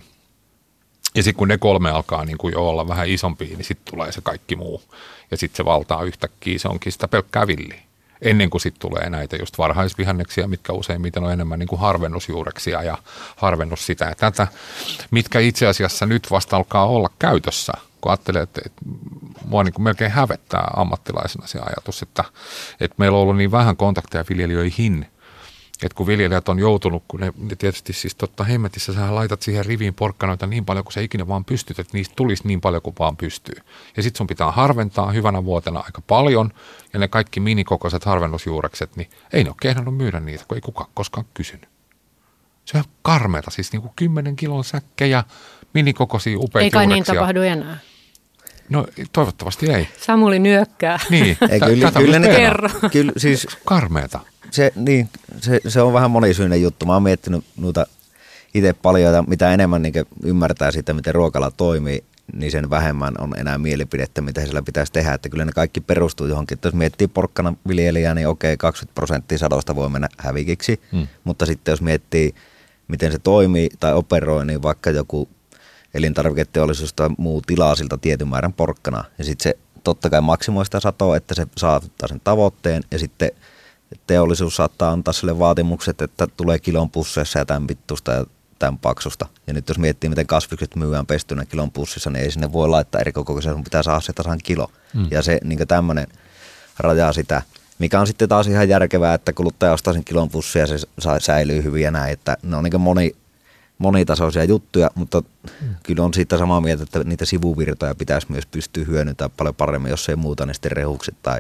Ja sitten kun ne kolme alkaa niin kuin jo olla vähän isompia, niin sitten tulee se kaikki muu. Ja sitten se valtaa yhtäkkiä, se onkin sitä pelkkää villiä. Ennen kuin sitten tulee näitä just varhaisvihanneksia, mitkä useimmiten on enemmän niin kuin harvennusjuureksia ja harvennus sitä ja tätä, mitkä itse asiassa nyt vasta alkaa olla käytössä. Kun ajattelee, että, että mua niin kuin melkein hävettää ammattilaisena se ajatus, että, että meillä on ollut niin vähän kontakteja viljelijöihin, että kun viljelijät on joutunut, kun ne, ne tietysti siis totta hemmetissä, sä laitat siihen riviin porkkanoita niin paljon kuin sä ikinä vaan pystyt, että niistä tulisi niin paljon kuin vaan pystyy. Ja sitten sun pitää harventaa hyvänä vuotena aika paljon, ja ne kaikki minikokoiset harvennusjuurekset, niin ei ne ole kehdannut myydä niitä, kun ei kukaan koskaan kysynyt. Se on karmeata, siis niin kuin kymmenen kilon säkkejä, minikokoisia upeita ei kai juureksia. Niin tapahdu enää. No toivottavasti ei. Samuli nyökkää. Niin, ei, kyllä, kyllä ne kerro. Kyllä, siis karmeata. Se, niin, se, se on vähän monisyinen juttu. Mä oon miettinyt noita itse paljon, ja mitä enemmän niin ymmärtää sitä, miten ruokala toimii, niin sen vähemmän on enää mielipidettä, mitä siellä pitäisi tehdä. Että kyllä ne kaikki perustuu johonkin. Että jos miettii porkkanaviljelijää, niin okei, kaksikymmentä prosenttia sadosta voi mennä hävikiksi. Hmm. Mutta sitten jos miettii, miten se toimii tai operoi, niin vaikka joku elintarviketeollisuus tai muu tilaa siltä tietyn määrän porkkana. Ja sitten se totta kai maksimoi sitä satoa, että se saavuttaa sen tavoitteen. Ja sitten teollisuus saattaa antaa sille vaatimukset, että tulee kilon pusseissa ja tämän pittusta ja tämän paksusta. Ja nyt jos miettii, miten kasvikset myyään pestynä kilon pussissa, niin ei sinne voi laittaa eri kokoisia, sun pitää saada se tasan kilo. Mm. Ja se niin tämmöinen rajaa sitä, mikä on sitten taas ihan järkevää, että kuluttaja ostaa sen kilon pussia ja se säilyy hyvin ja näin. Että ne on niin moni, monitasoisia juttuja, mutta mm. kyllä on siitä samaa mieltä, että niitä sivuvirtoja pitäisi myös pystyä hyödyntämään paljon paremmin, jos ei muuta, niin sitten rehukset tai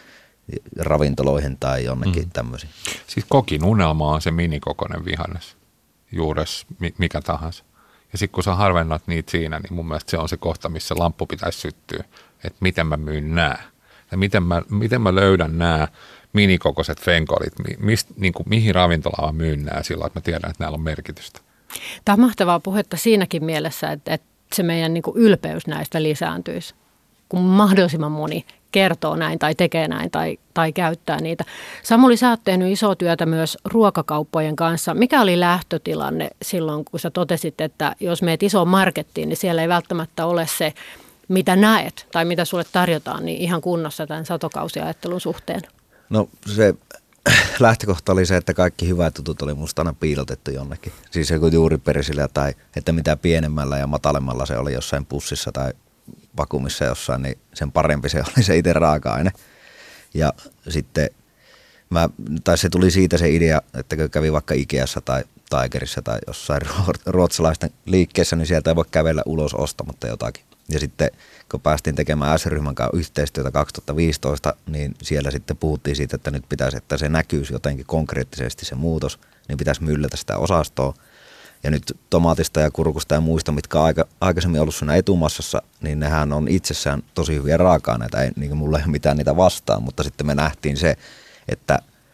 ravintoloihin tai jonnekin mm. tämmöisiin. Siis kokin unelma on se minikokoinen vihannes, juures mikä tahansa. Ja sitten kun sä harvennat niitä siinä, niin mun mielestä se on se kohta, missä lamppu pitäisi syttyä, että miten mä myyn nää. Ja miten mä, miten mä löydän nämä minikokoiset fenkolit, mist, niin kuin, mihin ravintolaan mä myyn nää sillä, että mä tiedän, että näillä on merkitystä. Tämä on mahtavaa puhetta siinäkin mielessä, että, että se meidän niin kuin ylpeys näistä lisääntyisi, kun mahdollisimman moni kertoo näin tai tekee näin tai, tai käyttää niitä. Samuli, sä oot tehnyt isoa työtä myös ruokakauppojen kanssa. Mikä oli lähtötilanne silloin, kun sä totesit, että jos meet isoon markettiin, niin siellä ei välttämättä ole se, mitä näet tai mitä sulle tarjotaan, niin ihan kunnossa tämän satokausiajattelun suhteen? No se lähtökohta oli se, että kaikki hyvät jutut oli musta aina piilotettu jonnekin. Siis joku juuriperisillä tai että mitä pienemmällä ja matalemmalla se oli jossain pussissa tai vakuumissa jossain, niin sen parempi se oli se itse raaka-aine. Ja sitten mä, tai se tuli siitä se idea, että kun kävi vaikka Ikeassa tai Tigerissa tai jossain ruotsalaisten liikkeessä, niin sieltä ei voi kävellä ulos ostamatta jotakin. Ja sitten kun päästiin tekemään S-ryhmän kanssa yhteistyötä kaksituhattaviisitoista, niin siellä sitten puhuttiin siitä, että nyt pitäisi, että se näkyisi jotenkin konkreettisesti se muutos, niin pitäisi myllätä sitä osastoa. Ja nyt tomaatista ja kurkusta ja muista, mitkä on aika, aikaisemmin ollut siinä etumassassa, niin nehän on itsessään tosi hyviä raaka-aineita. Ei, niin mulla ei ole mitään niitä vastaan, mutta sitten me nähtiin se, että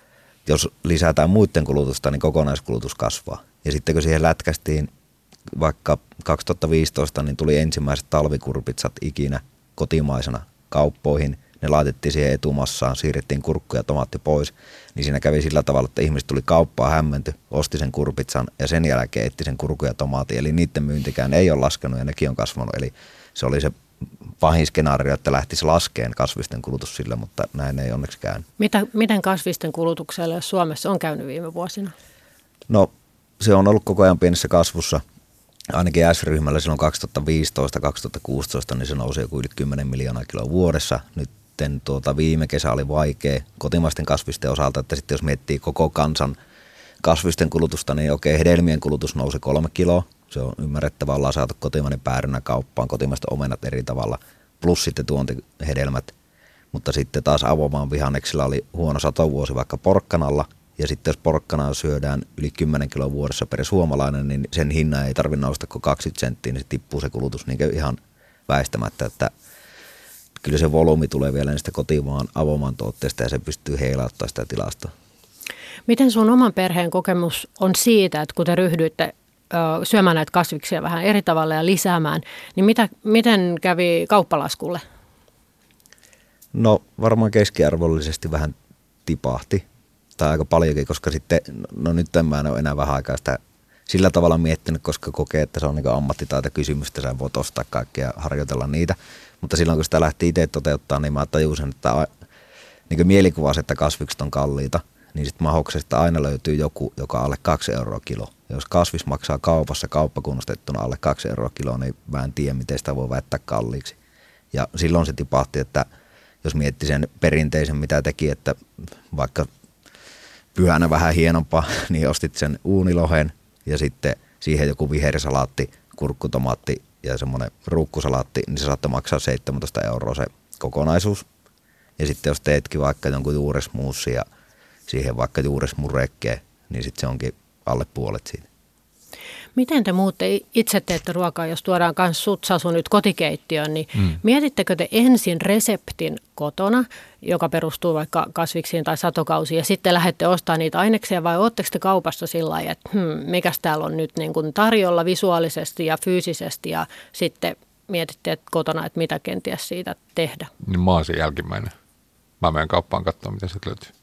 jos lisätään muiden kulutusta, niin kokonaiskulutus kasvaa. Ja sitten kun siihen lätkästiin vaikka kaksituhattaviisitoista, niin tuli ensimmäiset talvikurpitsat ikinä kotimaisena kauppoihin. Ne laitettiin siihen etumassaan, siirrettiin kurkku ja tomaatti pois. Niin siinä kävi sillä tavalla, että ihmiset tuli kauppaan, hämmenty, osti sen kurpitsan ja sen jälkeen etti sen kurkku ja tomaatin. Eli niiden myyntikään ei ole laskenut ja nekin on kasvanut. Eli se oli se pahin skenaario, että lähtisi laskeen kasvisten kulutus sillä, mutta näin ei onneksi käynyt. Mitä, miten kasvisten kulutuksella Suomessa on käynyt viime vuosina? No se on ollut koko ajan pienessä kasvussa. Ainakin S-ryhmällä silloin kaksituhattaviisitoista kaksituhattakuusitoista, niin se nousi joku yli kymmenen miljoonaa kiloa vuodessa. Nyt tuota, viime kesä oli vaikea kotimaisten kasvisten osalta, että sitten jos miettii koko kansan kasvisten kulutusta, niin okei, hedelmien kulutus nousi kolme kiloa. Se on ymmärrettävää, ollaan saatu kotimainen päärynä kauppaan, kotimaiset omenat eri tavalla, plus sitten tuontihedelmät. Mutta sitten taas avomaan vihanneksilla oli huono satovuosi vaikka porkkanalla. Ja sitten jos porkkanaa syödään yli kymmenen kiloa vuodessa per suomalainen, niin sen hinnan ei tarvitse nousta kuin kaksikymmentä senttiä, niin se tippuu se kulutus niin ihan väistämättä. Että kyllä se volyymi tulee vielä niistä kotimaan avomaan tuotteista ja se pystyy heilauttaa sitä tilasta. Miten sun oman perheen kokemus on siitä, että kun te ryhdyitte ö, syömään näitä kasviksia vähän eri tavalla ja lisäämään, niin mitä, miten kävi kauppalaskulle? No varmaan keskiarvollisesti vähän tipahti. Tai aika paljonkin, koska sitten, no nyt en mä en ole enää vähän aikaa sitä sillä tavalla miettinyt, koska kokee, että se on niin ammattitaito kysymystä, sä voit ostaa kaikkea ja harjoitella niitä. Mutta silloin kun sitä lähti itse toteuttaa, niin mä tajusin, että niin mielikuvasi, että kasvikset on kalliita, niin sitten mahoksesta aina löytyy joku, joka on alle kaksi euroa kilo. Ja jos kasvis maksaa kaupassa kauppakunnostettuna alle kaksi euroa kilo, niin mä en tiedä, miten sitä voi väittää kalliiksi. Ja silloin se tipahti, että jos mietti sen perinteisen, mitä teki, että vaikka pyhänä vähän hienompaa, niin ostit sen uunilohen ja sitten siihen joku vihersalaatti, kurkkutomaatti ja semmoinen ruukkusalaatti, niin se saattoi maksaa seitsemäntoista euroa se kokonaisuus. Ja sitten jos teetkin vaikka jonkun juuresmuussi ja siihen vaikka juuresmurekkeen, niin sitten se onkin alle puolet siitä. Miten te muutte itse teette ruokaa, jos tuodaan myös sut, Sasu, nyt kotikeittiöön, niin mm. mietittekö te ensin reseptin kotona, joka perustuu vaikka kasviksiin tai satokausiin, ja sitten lähdette ostamaan niitä aineksia, vai ootteko te kaupassa sillä lailla, että hmm, mikäs täällä on nyt niin kuin tarjolla visuaalisesti ja fyysisesti, ja sitten mietitte että kotona, että mitä kenties siitä tehdä? Niin mä oon se jälkimmäinen. Mä menen kauppaan katsomaan, mitä sieltä löytyy.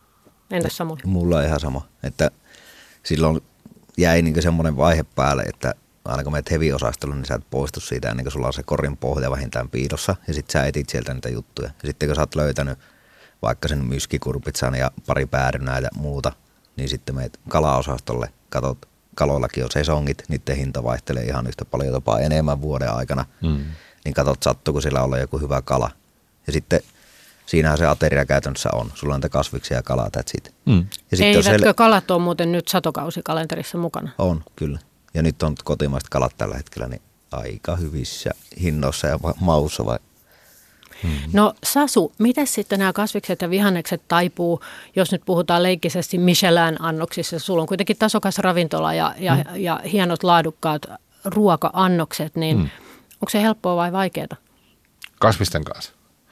Entäs Samuli? Mulla on ihan sama, että silloin jäi niin semmoinen vaihe päälle, että aina kun menet heavy-osastolle, niin sä et poistu siitä ennen kuin sulla on se korin pohja vähintään piilossa. Ja sit sä etit sieltä niitä juttuja. Ja sitten kun sä oot löytänyt vaikka sen myskikurpitsan ja pari päärynää ja muuta, niin sitten meet kalaosastolle, katot, kaloillakin on sesongit, niiden hinta vaihtelee ihan yhtä paljon, jopa enemmän vuoden aikana. Mm. Niin katot, sattuuko siellä olla joku hyvä kala. Ja sitten siinähän se ateria käytännössä on. Sulla on niitä kasviksia ja kalaa, that's it. Mm. Eivätkö siellä kalat ole muuten nyt satokausikalenterissa mukana? On, kyllä. Ja nyt on kotimaiset kalat tällä hetkellä niin aika hyvissä hinnoissa ja maussa vai? Hmm. No Sasu, miten sitten nämä kasvikset ja vihannekset taipuu, jos nyt puhutaan leikkisesti Michelin-annoksissa? Sulla on kuitenkin tasokas ravintola ja, ja, hmm. ja hienot laadukkaat ruoka-annokset, niin hmm. onko se helppoa vai vaikeaa? Kasvisten kanssa.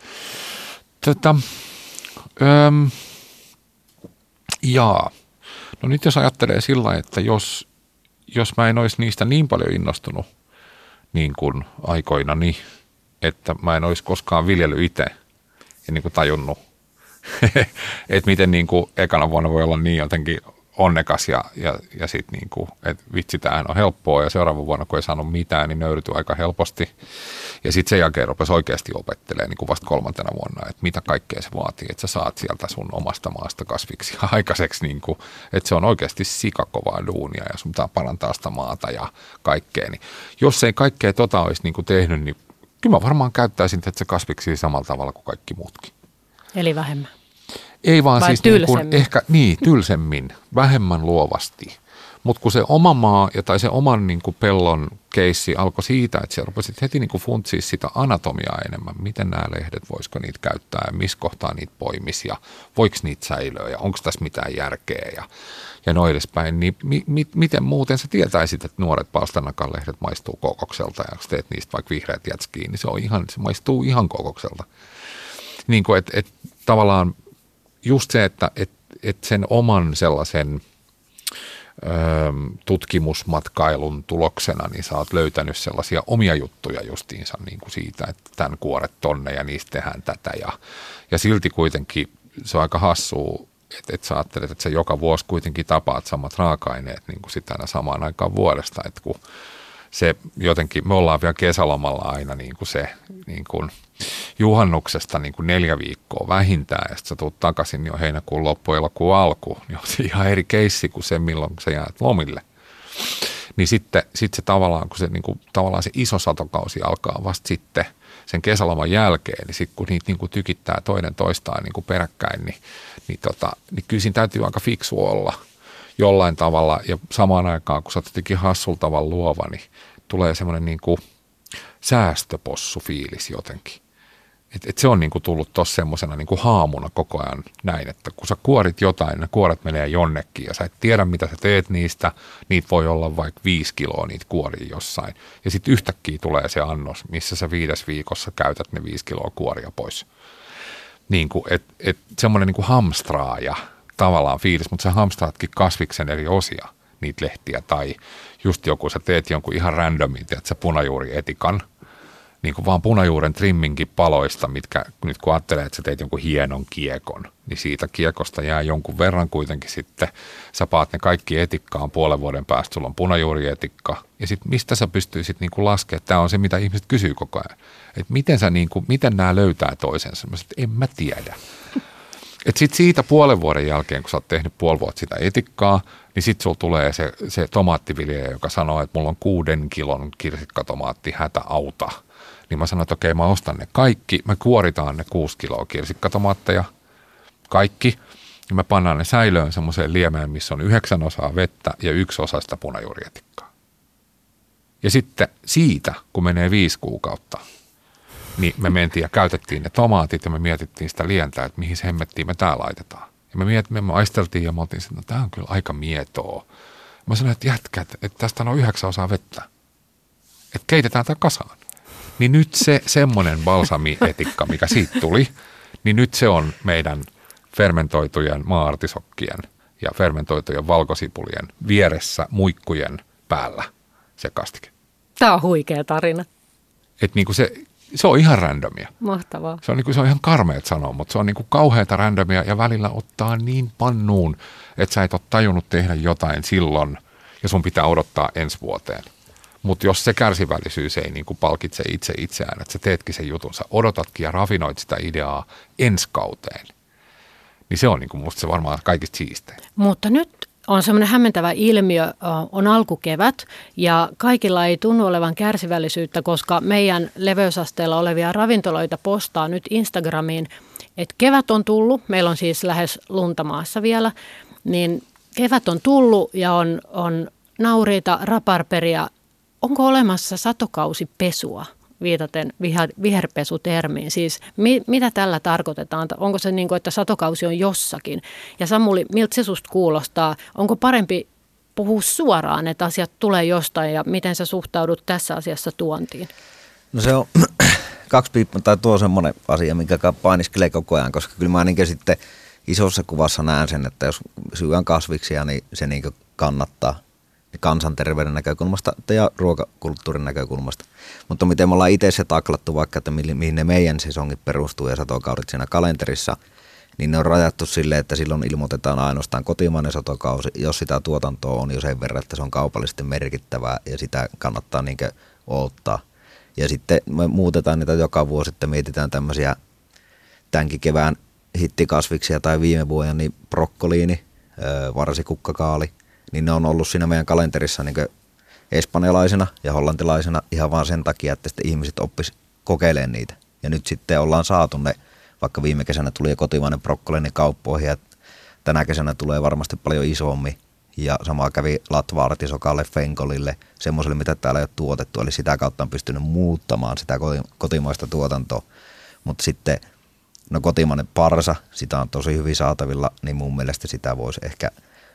Tota, öm, jaa. No nyt jos ajattelee sillä lailla, että jos, jos mä en olisi niistä niin paljon innostunut niin kuin aikoinani, että mä en olisi koskaan viljellyt itse ja niin kuin tajunnut, että miten niin kuin ekana vuonna voi olla niin jotenkin onnekas ja, ja, ja sitten niin kuin, että vitsi, tämähän on helppoa ja seuraavan vuonna kun ei saanut mitään, niin nöyrtyi aika helposti. Ja sitten sen jälkeen rupesi oikeasti opettelemaan niin kuin vasta kolmantena vuonna, että mitä kaikkea se vaatii, että sä saat sieltä sun omasta maasta kasviksi aikaiseksi, niin kuin, että se on oikeasti sikakovaa duunia ja sun pitää parantaa sitä maata ja kaikkea. Niin jos ei kaikkea tota olisi niin kuin tehnyt, niin kyllä mä varmaan käyttäisin että se kasviksi samalla tavalla kuin kaikki muutkin. Eli vähemmän. Ei vaan vai siis niin kuin ehkä, niin, tylsemmin, vähemmän luovasti. Mutta kun se oma maa ja tai se oman niin kuin pellon keissi alkoi siitä, että siellä rupesit heti niin kuin funtsia sitä anatomiaa enemmän. Miten nämä lehdet, voisiko niitä käyttää ja missä kohtaa niitä poimisi ja voiko niitä säilöä ja onko tässä mitään järkeä ja, ja noin edespäin. Niin mi, mi, miten muuten sä tietäisit, että nuoret palstanakan lehdet maistuu kokokselta ja kun teet niistä vaikka vihreät jätskiin, niin se, on ihan, se maistuu ihan kokokselta. Niin kuin, että et, tavallaan just se, että et, et sen oman sellaisen ö, tutkimusmatkailun tuloksena, niin sä oot löytänyt sellaisia omia juttuja justiinsa niin kuin siitä, että tämän kuoret tonne ja niistä tehdään tätä. Ja, ja silti kuitenkin se on aika hassua, että et sä ajattelet, että sä joka vuosi kuitenkin tapaat samat raaka-aineet niin kuin sitten aina samaan aikaan vuodesta, että kun se jotenkin, me ollaan vielä kesälomalla aina niin kuin se niin kuin juhannuksesta niin kuin neljä viikkoa vähintään, ja sitten sä tuut takaisin jo heinäkuun loppu, elokuun alku, niin on se ihan eri keissi kuin se, milloin sä jäät lomille. Niin sitten sit se tavallaan, kun se, niin kuin, tavallaan se iso satokausi alkaa vasta sitten sen kesäloman jälkeen, niin sitten kun niitä niin kuin tykittää toinen toistaan niin kuin peräkkäin, niin, niin, tota, niin kyllä siinä täytyy aika fiksu olla jollain tavalla, ja samaan aikaan, kun sä oot jotenkin hassulla tavalla luova, niin tulee semmoinen niin kuin säästöpossu-fiilis jotenkin. Et, et se on niin kuin tullut tuossa semmoisena niin kuin haamuna koko ajan näin, että kun sä kuorit jotain, ne kuoret menee jonnekin, ja sä et tiedä, mitä sä teet niistä, niitä voi olla vaikka viisi kiloa niitä kuoria jossain, ja sitten yhtäkkiä tulee se annos, missä sä viides viikossa käytät ne viisi kiloa kuoria pois. Niin kuin, et, et semmoinen niin kuin hamstraaja tavallaan fiilis, mutta sä hamstraatkin kasviksen eri osia, niitä lehtiä, tai just joku, sä teet jonkun ihan randomin, teet sä punajuurietikan, niin kuin vaan punajuuren trimminkin paloista, mitkä nyt kun ajattelee, että sä teet jonkun hienon kiekon, niin siitä kiekosta jää jonkun verran kuitenkin sitten, sä paat ne kaikki etikkaan puolen vuoden päästä, sulla on punajuurietikka, ja sitten mistä sä pystyisit niin kuin laskemaan, tämä on se, mitä ihmiset kysyy koko ajan, että miten sä niin kuin, miten nämä löytää toisensa, mä sanoin, että en mä tiedä. Että sitten siitä puolen vuoden jälkeen, kun sä oot tehnyt puoli vuotta sitä etikkaa, niin sitten sulla tulee se, se tomaattiviljelijä, joka sanoo, että mulla on kuuden kilon kirsikkatomaatti, hätä auta. Niin mä sanoin, että okei, mä ostan ne kaikki, me kuoritaan ne kuusi kiloa kirsikkatomaatteja, kaikki, ja me pannaan ne säilöön semmoiseen liemeen, missä on yhdeksän osaa vettä ja yksi osa sitä punajuurietikkaa. Ja sitten siitä, kun menee viisi kuukautta, niin me mentiin ja käytettiin ne tomaatit ja me mietittiin sitä lientää, että mihin se hemmettiin me tää laitetaan. Ja me mietimme, me aisteltiin ja me oltiin, että no, tää on kyllä aika mietoa. Mä sanoin, että jätkät, että tästä on yhdeksän osaa vettä. Että keitetään tää kasaan. Niin nyt se semmoinen balsamietikka, mikä siitä tuli, niin nyt se on meidän fermentoitujen maa-artisokkien ja fermentoitujen valkosipulien vieressä muikkujen päällä se kastike. Tämä on huikea tarina. Että niinku se... Se on ihan randomia. Mahtavaa. Se on, niin kuin, se on ihan karmeet sanoa, mutta se on niin kuin kauheata randomia ja välillä ottaa niin pannuun, että sä et ole tajunnut tehdä jotain silloin ja sun pitää odottaa ensi vuoteen. Mutta jos se kärsivällisyys ei niin kuin palkitse itse itseään, että sä teetkin sen jutun, sä odotatkin ja rafinoit sitä ideaa ensi kauteen, niin se on niin kuin musta se varmaan kaikista siistein. Mutta nyt on semmoinen hämmentävä ilmiö, on alkukevät ja kaikilla ei tunnu olevan kärsivällisyyttä, koska meidän leveysasteella olevia ravintoloita postaa nyt Instagramiin, että kevät on tullut, meillä on siis lähes lunta maassa vielä, niin kevät on tullut ja on, on nauriita, raparperia. Onko olemassa satokausipesua? Viitaten viherpesutermiin. Siis mi, mitä tällä tarkoitetaan? Onko se niin kuin, että satokausi on jossakin? Ja Samuli, miltä se susta kuulostaa? Onko parempi puhua suoraan, että asiat tulee jostain ja miten sä suhtaudut tässä asiassa tuontiin? No se on kaksi piippa, tai tuo on semmoinen asia, mikä painiskelee koko ajan, koska kyllä mä ainakin sitten isossa kuvassa näen sen, että jos syön kasviksia, niin se niin kuin kannattaa kansanterveyden näkökulmasta ja ruokakulttuurin näkökulmasta. Mutta miten me ollaan itse se taklattu vaikka, että mihin ne meidän sesongit perustuu ja satokaudet siinä kalenterissa, niin ne on rajattu silleen, että silloin ilmoitetaan ainoastaan kotimainen satokausi, jos sitä tuotantoa on jo sen verran, että se on kaupallisesti merkittävää ja sitä kannattaa niin kuin odottaa. Ja sitten me muutetaan niitä joka vuosi, että mietitään tämmöisiä tämänkin kevään hittikasviksia tai viime vuoden, niin brokkoliini, varsikukkakaali, niin ne on ollut siinä meidän kalenterissa niin kuin espanjalaisena ja hollantilaisena ihan vaan sen takia, että sitten ihmiset oppis kokeilemaan niitä. Ja nyt sitten ollaan saatu ne, vaikka viime kesänä tuli jo kotimainen brokkoliini kauppoihin ja tänä kesänä tulee varmasti paljon isommin. Ja sama kävi latva-artisokalle, fenkolille, semmoiselle, mitä täällä ei ole tuotettu. Eli sitä kautta on pystynyt muuttamaan sitä kotimaista tuotantoa. Mutta sitten, no kotimainen parsa, sitä on tosi hyvin saatavilla, niin mun mielestä sitä voisi ehkä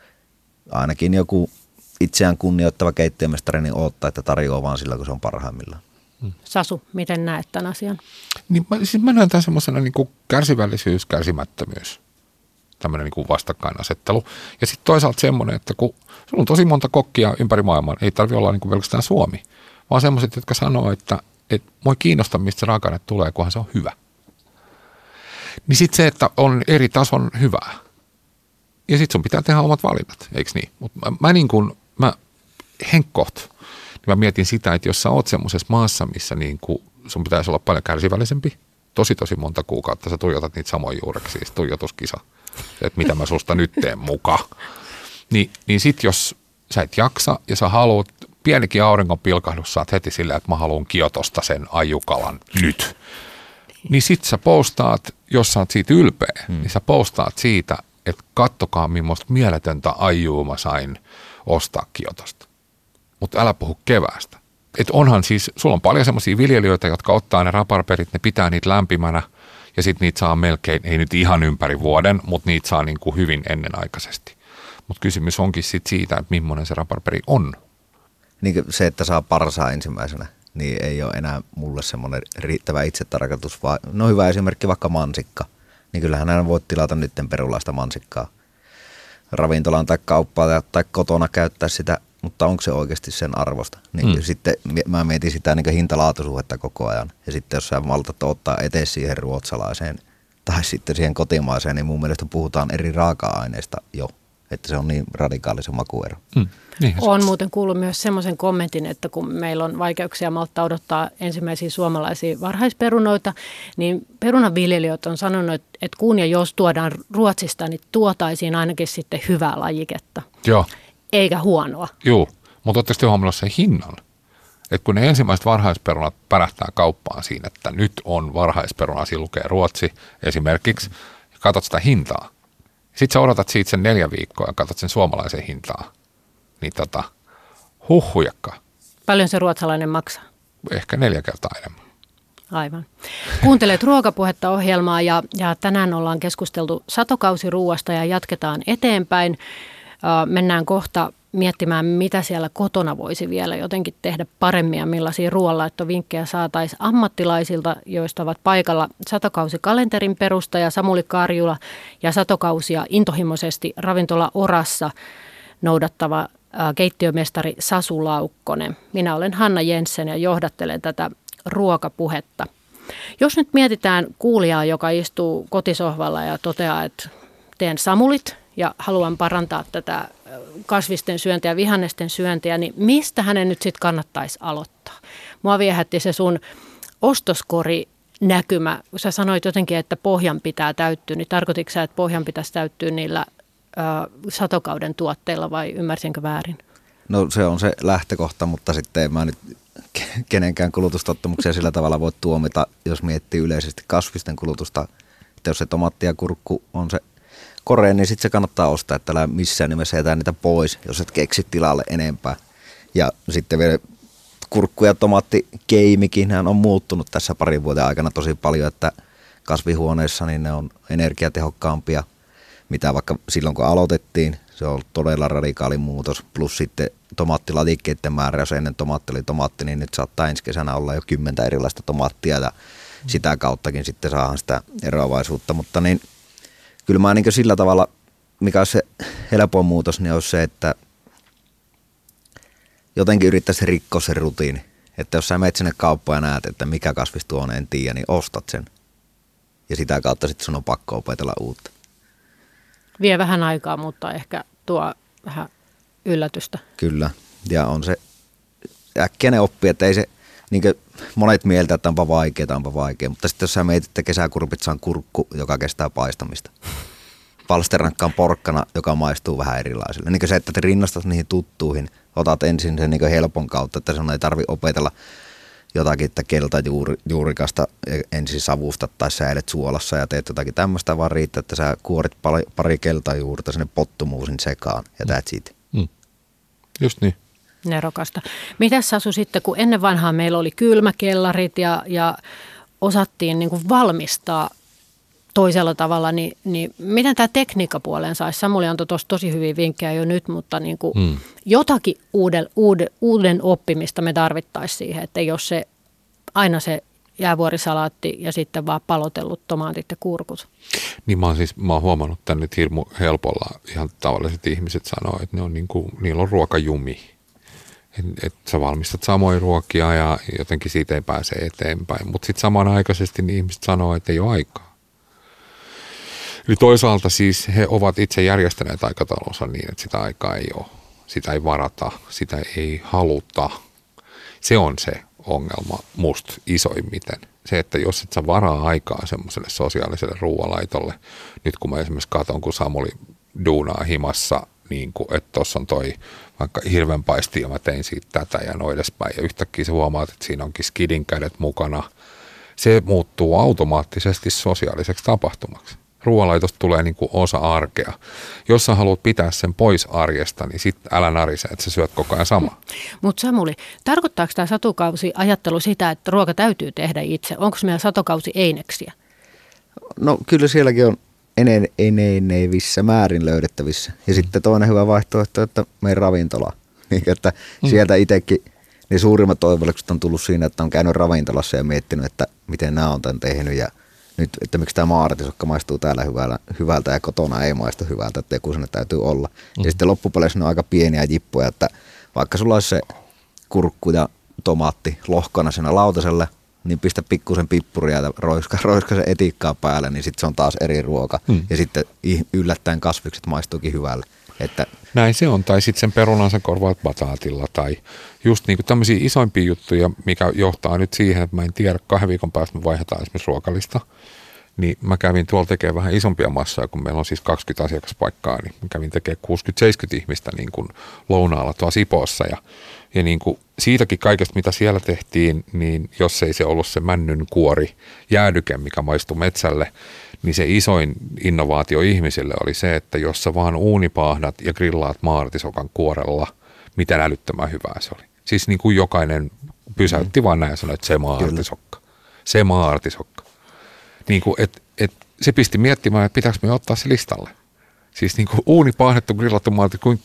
ainakin joku itseään kunnioittava keittiömestari niin odottaa, että tarjoaa vaan sillä, kun se on parhaimmillaan. Sasu, miten näet tämän asian? Niin, mä, siis mä näen tämän semmoisena niin kuin kärsivällisyys, kärsimättömyys. tämmöinen niin kuin vastakkainasettelu. Ja sitten toisaalta semmoinen, että kun sulla on tosi monta kokkia ympäri maailmaa, ei tarvitse olla niin kuin pelkästään Suomi, vaan semmoiset, jotka sanoo, että, että mua ei kiinnosta, mistä se raaka-aine tulee, kunhan se on hyvä. Niin sitten se, että on eri tason hyvää. Ja sitten sun pitää tehdä omat valinnat, eikö niin? Mutta mä, mä niin kuin, mä henkkoht, niin mä mietin sitä, että jos sä oot semmoisessa maassa, missä niin kuin sun pitäisi olla paljon kärsivällisempi, tosi tosi monta kuukautta sä tuijotat niitä samoja juureksi, siis tuijotuskisa, että mitä mä susta nyt teen mukaan. Ni, niin sit jos sä et jaksa ja sä haluat, pienikin auringon pilkahdus saat heti silleen, että mä haluan Kiotosta sen ajukalan nyt. Niin sit sä postaat, jos sä oot siitä ylpeä, hmm. niin sä postaat siitä, että kattokaa millaista mieletöntä ajua mä sain ostaa Kiotosta. Mutta älä puhu keväästä. Että onhan siis, sulla on paljon semmoisia viljelijöitä, jotka ottaa ne raparperit, ne pitää niitä lämpimänä ja sitten niitä saa melkein, ei nyt ihan ympäri vuoden, mutta niitä saa niin kuin hyvin ennenaikaisesti. Mutta kysymys onkin sitten siitä, että millainen se raparperi on. Niin se, että saa parsaa ensimmäisenä, niin ei ole enää mulle semmoinen riittävä itsetarkoitus, vaan no hyvä esimerkki vaikka mansikka. Niin kyllähän aina voit tilata nytten perulaista mansikkaa ravintolaan tai kauppaan tai kotona käyttää sitä, mutta onko se oikeasti sen arvosta? Niin mm. sitten mä mietin sitä niin hinta-laatusuhdetta koko ajan. Ja sitten jos sä maltat ottaa eteen siihen ruotsalaiseen tai sitten siihen kotimaiseen, niin mun mielestä puhutaan eri raaka-aineista jo. Että se on niin radikaali se makuero. Mm. Olen muuten kuullut myös semmoisen kommentin, että kun meillä on vaikeuksia malttaa odottaa ensimmäisiä suomalaisia varhaisperunoita, niin perunanviljelijät on sanonut, että kun ja jos tuodaan Ruotsista, niin tuotaisiin ainakin sitten hyvää lajiketta. Joo. Eikä huonoa. Joo, mutta ootteko te huomannut sen hinnan? Että kun ne ensimmäiset varhaisperunat pärähtää kauppaan siinä, että nyt on varhaisperuna, siinä lukee Ruotsi esimerkiksi, ja katsot sitä hintaa. Sitten sä odotat siitä sen neljä viikkoa ja katsot sen suomalaisen hintaa. Niin tota, huhhujakka. Paljon se ruotsalainen maksaa? Ehkä neljä kertaa enemmän. Aivan. Kuuntelet Ruokapuhetta -ohjelmaa ja, ja tänään ollaan keskusteltu satokausiruuasta ja jatketaan eteenpäin. Mennään kohta miettimään, mitä siellä kotona voisi vielä jotenkin tehdä paremmin ja millaisia ruoanlaittovinkkejä saataisiin ammattilaisilta, joista ovat paikalla satokausikalenterin perustaja Samuli Karjula ja satokausia intohimoisesti ravintola Orassa noudattava keittiömestari Sasu Laukkonen. Minä olen Hanna Jensen ja johdattelen tätä ruokapuhetta. Jos nyt mietitään kuulijaa, joka istuu kotisohvalla ja toteaa, että teen samulit ja haluan parantaa tätä kasvisten syöntiä ja vihannesten syöntiä, niin mistä hänen nyt sitten kannattaisi aloittaa? Mua viehätti se sun ostoskori-näkymä. Sä sanoit jotenkin, että pohjan pitää täyttyä, niin tarkoititko sä, että pohjan pitäisi täyttyä niillä ö, satokauden tuotteilla vai ymmärsinkö väärin? No se on se lähtökohta, mutta sitten en mä nyt kenenkään kulutustottumuksia sillä tavalla voi tuomita, jos miettii yleisesti kasvisten kulutusta. Että jos se tomaatti ja kurkku on se koreen, niin sitten se kannattaa ostaa, että älä missään nimessä jätä niitä pois, jos et keksi tilalle enempää. Ja sitten vielä kurkku- ja tomaattikeimikin on muuttunut tässä parin vuoden aikana tosi paljon, että kasvihuoneessa niin ne on energiatehokkaampia, mitä vaikka silloin kun aloitettiin. Se on todella radikaali muutos, plus sitten tomaattilajikkeiden määrä, jos ennen tomaatti oli tomaatti, niin nyt saattaa ensi kesänä olla jo kymmentä erilaista tomaattia ja sitä kauttakin sitten saadaan sitä eroavaisuutta, mutta niin kyllä mä niin sillä tavalla, mikä on se helpoin muutos, niin on se, että jotenkin yrittäisi rikkoa sen rutiini. Että jos sä menet sinne kauppaan ja näet, että mikä kasvistuo on, en tiedä, niin ostat sen. Ja sitä kautta sitten sun on pakko opetella uutta. Vie vähän aikaa, mutta ehkä tuo vähän yllätystä. Kyllä, ja on se äkkiä ne oppii, että ei se, niin kuin monet mieltä, että onpa vaikeaa, onpa vaikeaa, mutta sitten jos sä mietit, että kesäkurpitsa on kurkku, joka kestää paistamista. Palsterankka on porkkana, joka maistuu vähän erilaiselle. Niin kuin se, että te rinnastat niihin tuttuihin, otat ensin sen niin kuin helpon kautta, että sun ei tarvitse opetella jotakin, että keltajuurikasta ensin savusta tai säilet suolassa ja teet jotakin tämmöistä, vaan riittää, että sä kuorit pari, pari keltajuurta sinne pottumuusin sekaan ja that's it. Mm. Just niin. Nerokasta. Mitäs Sasu sitten, kun ennen vanhaa meillä oli kylmäkellarit ja, ja osattiin niin kuin valmistaa toisella tavalla, niin, niin miten tämä tekniikkapuoleen saisi? Samuli antoi tuossa tosi hyviä vinkkejä jo nyt, mutta niin kuin hmm. jotakin uuden, uuden, uuden oppimista me tarvittaisiin siihen, että jos se aina se jäävuorisalaatti ja sitten vaan palotellut tomaatit ja kurkut. Niin mä oon siis mä oon huomannut tämän nyt hirmu helpolla. Ihan tavalliset ihmiset sanoo, että ne on niin kuin, niillä on ruokajumi. Että et sä valmistat samoja ruokia ja jotenkin siitä ei pääse eteenpäin. Mutta sitten samanaikaisesti niin ihmiset sanoo, että ei ole aikaa. Eli toisaalta siis he ovat itse järjestäneet aikataulunsa niin, että sitä aikaa ei ole. Sitä ei varata, sitä ei haluta. Se on se ongelma musta isoimmiten. Se, että jos et sä varaa aikaa semmoiselle sosiaaliselle ruoanlaitolle, nyt kun mä esimerkiksi katson, kun Samuli duunaa himassa, niin kuin, että tuossa on toi vaikka hirvenpaisti ja mä tein siitä tätä ja noin edespäin. Ja yhtäkkiä sä huomaat, että siinä onkin skidin kädet mukana. Se muuttuu automaattisesti sosiaaliseksi tapahtumaksi. Ruoanlaitosta tulee niin kuin osa arkea. Jos sä haluat pitää sen pois arjesta, niin sitten älä narise, että sä syöt koko ajan sama. Mutta Samuli, tarkoittaako tämä satukausi-ajattelu sitä, että ruoka täytyy tehdä itse? Onko meillä satokausi eineksiä? No kyllä sielläkin on ene- enenevissä määrin löydettävissä. Ja mm. sitten toinen hyvä vaihtoehto, että meidän ravintola. Niin, että mm. sieltä itsekin ne suurimmat toivellukset on tullut siinä, että on käynyt ravintolassa ja miettinyt, että miten nämä on tämän tehnyt ja nyt, että miksi tämä maartisokka maistuu täällä hyvältä, hyvältä ja kotona ei maistu hyvältä, että joku sinne täytyy olla. Mm. Ja sitten loppupeleissä ne on aika pieniä jippuja, että vaikka sulla olisi se kurkku ja tomaatti lohkona siinä lautaselle, niin pistä pikkusen pippuria ja roiska, roiska se etikkaa päälle, niin sitten se on taas eri ruoka. Mm. Ja sitten yllättäen kasvikset maistuukin hyvälle. Että näin se on, tai sitten sen perunansa korvaat bataatilla, tai just niinku tämmöisiä isoimpia juttuja, mikä johtaa nyt siihen, että mä en tiedä, kahden viikon päästä me vaihdetaan esimerkiksi ruokalista, niin mä kävin tuolla tekemään vähän isompia massoja, kun meillä on siis kaksikymmentä asiakaspaikkaa, niin mä kävin tekemään kuusikymmentä seitsemänkymmentä ihmistä niin kuin lounaalla tuolla Sipoossa, ja, ja niin kuin siitäkin kaikesta, mitä siellä tehtiin, niin jos ei se ollut se männyn kuori jäädyke, mikä maistui metsälle, niin se isoin innovaatio ihmisille oli se, että jos sä vaan uunipaahdat ja grillaat maartisokan kuorella, miten älyttömän hyvää se oli. Siis niin kuin jokainen pysäytti mm. vaan näin ja sanoi, että se maartisokka, se maartisokka. Niin kuin, et, et, se pisti miettimään, että pitääkö me ottaa se listalle. Siis niin kuin uunipaahdettu, grillattu maartisokka,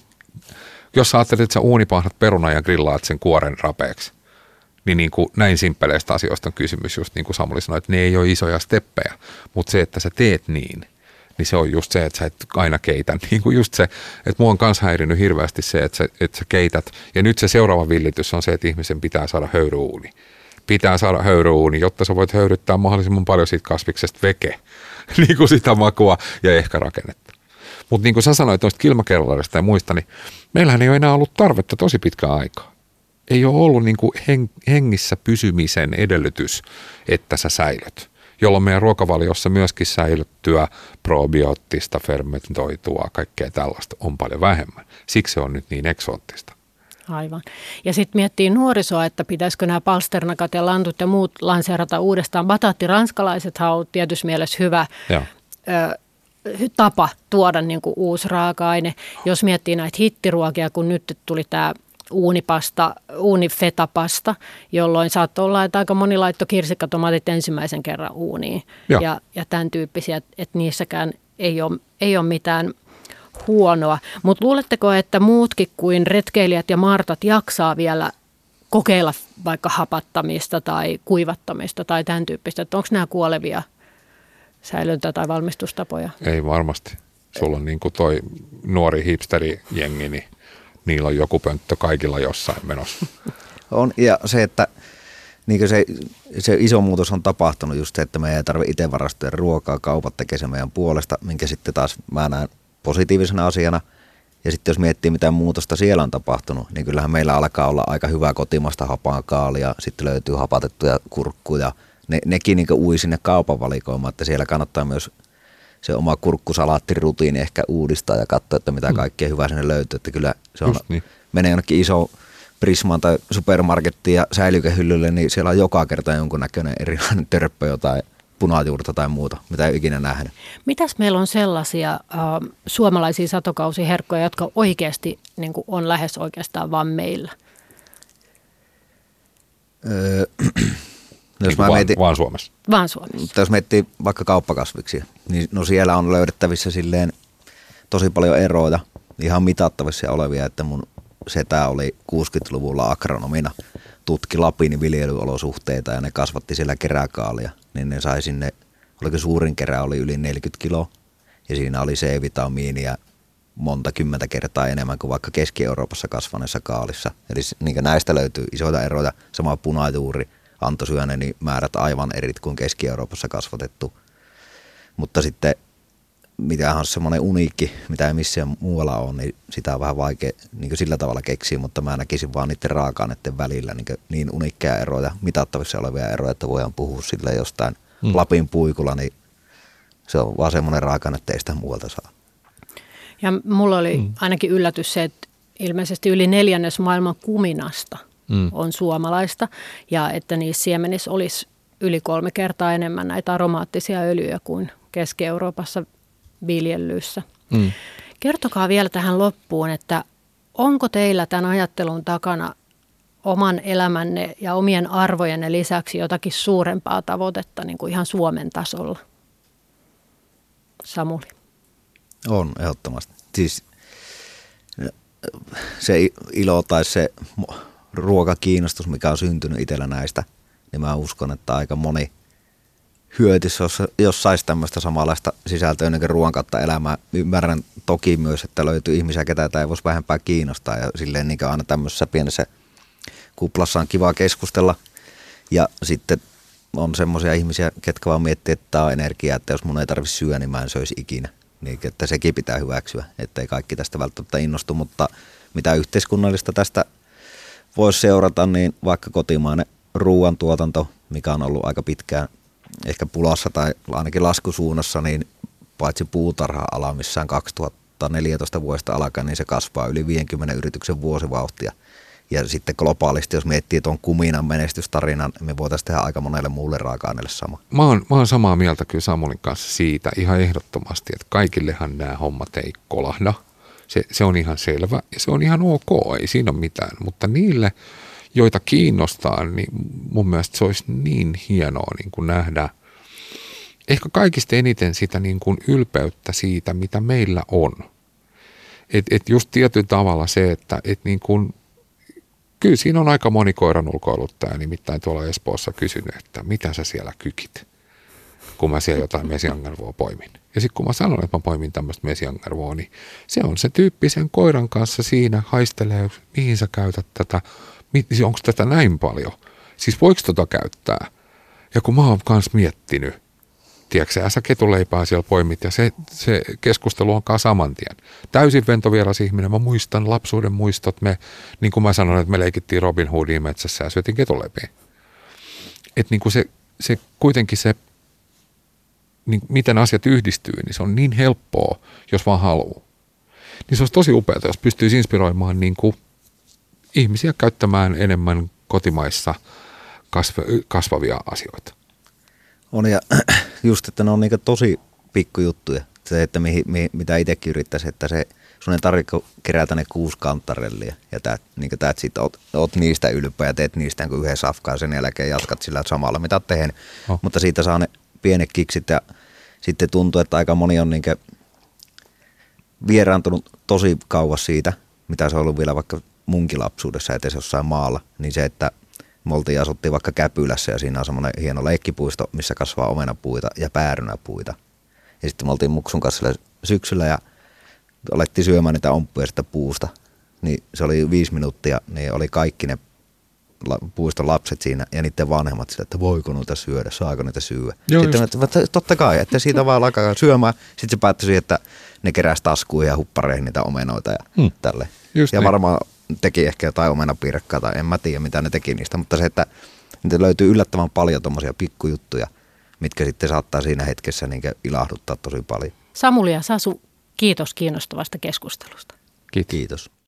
jos sä ajattelet, että sä uunipaahdat perunan ja grillaat sen kuoren rapeeksi, niin, niin kuin näin simppeleistä asioista on kysymys, just niin kuin Samuli sanoi, että ne ei ole isoja steppejä, mutta se, että sä teet niin, niin se on just se, että sä et aina keitä. Niin kuin just se, että mua on kanssa häirinyt hirveästi se, että sä, että sä keität. Ja nyt se seuraava villitys on se, että ihmisen pitää saada höyryuuni. Pitää saada höyryuuni, jotta sä voit höyryttää mahdollisimman paljon siitä kasviksesta veke, niin kuin sitä makua ja ehkä rakennetta. Mutta niin kuin sä sanoit noista kilmakellarista ja muista, niin meillähän ei ole enää ollut tarvetta tosi pitkään aikaa. Ei ole ollut niin kuin hengissä pysymisen edellytys, että sä säilyt, jolloin meidän ruokavaliossa myöskin säilyttyä probioottista, fermentoitua, kaikkea tällaista on paljon vähemmän. Siksi se on nyt niin eksoottista. Aivan. Ja sitten miettii nuorisoa, että pitäisikö nämä palsternakat ja lantut ja muut lanseerata uudestaan. Bataatti ranskalaisethan on tietysti mielessä hyvä ö, tapa tuoda niin kuin uusi raaka-aine. Jos miettii näitä hittiruokia, kun nyt tuli tämä uunipasta, uunifetapasta, jolloin saattoi olla, että aika moni laittoi kirsikkatomaatit ensimmäisen kerran uuniin. Ja, ja tämän tyyppisiä, että niissäkään ei ole, ei ole mitään huonoa. Mutta luuletteko, että muutkin kuin retkeilijät ja martat jaksaa vielä kokeilla vaikka hapattamista tai kuivattamista tai tämän tyyppistä? Että onko nämä kuolevia säilöntä- tai valmistustapoja? Ei varmasti. Sulla on niin kuin toi nuori hipsteri-jengi, niin niillä on joku pönttö kaikilla jossain menossa. On, ja se, että niin se, se iso muutos on tapahtunut just se, että me ei tarvitse itse varastoida ruokaa, kaupat tekee sen meidän puolesta, minkä sitten taas mä näen positiivisena asiana. Ja sitten jos miettii, mitä muutosta siellä on tapahtunut, niin kyllähän meillä alkaa olla aika hyvää kotimaista hapankaalia, sitten löytyy hapatettuja kurkkuja. Ne, nekin niin ui sinne kaupan valikoimaan, että siellä kannattaa myös se oma kurkkusalaattirutiini ehkä uudistaa ja katsoa, että mitä kaikkea hyvää sinne löytyy. Että kyllä se on, niin. Menee jonnekin iso Prismaan tai supermarkettiin ja säilykehyllylle, niin siellä on joka kerta jonkunnäköinen erilainen törppö jotain punajuurta tai muuta, mitä ei ikinä nähnyt. Mitäs meillä on sellaisia äh, suomalaisia satokausiherkkoja, jotka oikeasti niin kuin on lähes oikeastaan vaan meillä? Öö, niin vaan, mietin, vaan Suomessa? Vaan Suomessa. Jos miettii vaikka kauppakasviksia, niin no siellä on löydettävissä silleen tosi paljon eroja, ihan mitattavissa olevia, että mun setä oli kuusikymmentäluvulla agronomina tutki Lapin viljelyolosuhteita ja ne kasvatti siellä keräkaalia, niin ne sai sinne, oliko suurin kerä oli yli neljäkymmentä kiloa ja siinä oli C-vitamiinia monta kymmentä kertaa enemmän kuin vaikka Keski-Euroopassa kasvaneessa kaalissa. Eli niin näistä löytyy isoita eroja, sama punajuuri, antosyöne, niin määrät aivan erit kuin Keski-Euroopassa kasvatettu. Mutta sitten mitähän on semmoinen uniikki, mitä ei missään muualla ole, niin sitä on vähän vaikea niin sillä tavalla keksiä, mutta mä näkisin vaan niiden raaka-aineiden välillä niin, niin uniikkeja eroja, mitattavissa olevia eroja, että voidaan puhua sille jostain hmm. Lapin puikulla, niin se on vaan semmoinen raaka-aine, että ei sitä muualta saa. Ja mulla oli hmm. ainakin yllätys se, että ilmeisesti yli neljännes maailman kuminasta hmm. on suomalaista ja että niissä siemenissä olisi yli kolme kertaa enemmän näitä aromaattisia öljyjä kuin Keski-Euroopassa viljelyssä. Mm. Kertokaa vielä tähän loppuun, että onko teillä tämän ajattelun takana oman elämänne ja omien arvojenne lisäksi jotakin suurempaa tavoitetta niin kuin ihan Suomen tasolla? Samuli. On, ehdottomasti. Siis se ilo tai se ruokakiinnostus, mikä on syntynyt itsellä näistä, niin mä uskon, että aika moni hyötyisi, jos, jos saisi tämmöistä samanlaista sisältöä ennen kuin ruoan kautta elämää. Ymmärrän toki myös, että löytyy ihmisiä, ketä tämä ei voisi vähempää kiinnostaa ja silleen niin aina tämmöisessä pienessä kuplassa on kiva keskustella. Ja sitten on semmoisia ihmisiä, ketkä vaan miettii, että tämä on energiaa, että jos mun ei tarvitse syödä, niin mä en söisi ikinä. Niin, että sekin pitää hyväksyä, ettei kaikki tästä välttämättä innostu, mutta mitä yhteiskunnallista tästä voisi seurata, niin vaikka kotimainen ruoantuotanto, mikä on ollut aika pitkään ehkä pulassa tai ainakin laskusuunnassa, niin paitsi puutarha-ala missään kaksituhattaneljätoista vuodesta alkaen, niin se kasvaa yli viidenkymmenen yrityksen vuosivauhtia. Ja sitten globaalisti, jos miettii tuon kuminan menestystarinan, me voitaisiin tehdä aika monelle muulle raaka-aineelle sama. Mä oon, mä oon samaa mieltä kyllä Samulin kanssa siitä ihan ehdottomasti, että kaikillehan nämä hommat ei kolahda. Se, se on ihan selvä ja se on ihan ok, ei siinä ole mitään, mutta niille, joita kiinnostaa, niin mun mielestä se olisi niin hienoa niin kuin nähdä ehkä kaikista eniten sitä niin kuin ylpeyttä siitä, mitä meillä on. Et, et just tietyllä tavalla se, että et niin kuin, kyllä siinä on aika moni koiran ulkoiluttaja, nimittäin tuolla Espoossa kysynyt, että mitä sä siellä kykit, kun mä siellä jotain mesiangervoa poimin. Ja sitten kun mä sanon, että mä poimin tämmöistä mesiangervoa, niin se on se tyyppi sen koiran kanssa siinä, haistelee, mihin sä käytät tätä, onko tätä näin paljon? Siis voiko tota käyttää? Ja kun mä oon kans miettinyt, tiedätkö sä ketuleipää siellä poimit ja se, se keskustelu onkaan saman tien. Täysin ventovieras ihminen, mä muistan lapsuuden muistot, me, niin kuin mä sanoin, että me leikittiin Robin Hoodia metsässä ja syötiin ketuleipiä. Että niin kuin se, se kuitenkin se, niin miten asiat yhdistyy, niin se on niin helppoa, jos vaan haluaa. Niin se olisi tosi upeaa, jos pystyisi inspiroimaan niin kuin ihmisiä käyttämään enemmän kotimaissa kasvavia asioita. On ja just, että ne on niinku tosi pikkujuttuja. Se, että mihin, mihin, mitä itsekin yrittäisi, että se sun ei tarvitse kerätä ne kuusi kanttarellia ja tät, niin tät sit oot, oot niistä ylpeä ja teet niistä niin yhden safkaa sen jälkeen jatkat sillä samalla, mitä oot tehnyt. Oh. Mutta siitä saa ne pienet kiksit ja sitten tuntuu, että aika moni on niin vieraantunut tosi kauas siitä, mitä se on ollut vielä vaikka munkin lapsuudessa edes jossain maalla, niin se, että me oltiin asuttiin vaikka Käpylässä ja siinä on semmoinen hieno leikkipuisto, missä kasvaa omenapuita ja päärynäpuita. Ja sitten me oltiin muksun kanssa syksyllä ja alettiin syömään niitä omppuja sitä puusta. Niin se oli viisi minuuttia, niin oli kaikki ne puiston lapset siinä ja niiden vanhemmat sillä, että voiko noita syödä, saako niitä syödä. Joo, sitten että totta kai, että siitä vaan alkaa syömään. Sitten se päättyi siihen, että ne keräsi taskuihin ja huppareihin niitä omenoita ja hmm. tälleen. Just ja niin. Varmaan teki ehkä jotain omenapiirakkaa tai en mä tiedä mitä ne teki niistä, mutta se, että niitä löytyy yllättävän paljon tommosia pikkujuttuja, mitkä sitten saattaa siinä hetkessä niin ilahduttaa tosi paljon. Samuli ja Sasu, kiitos kiinnostavasta keskustelusta. Kiitos. Kiitos.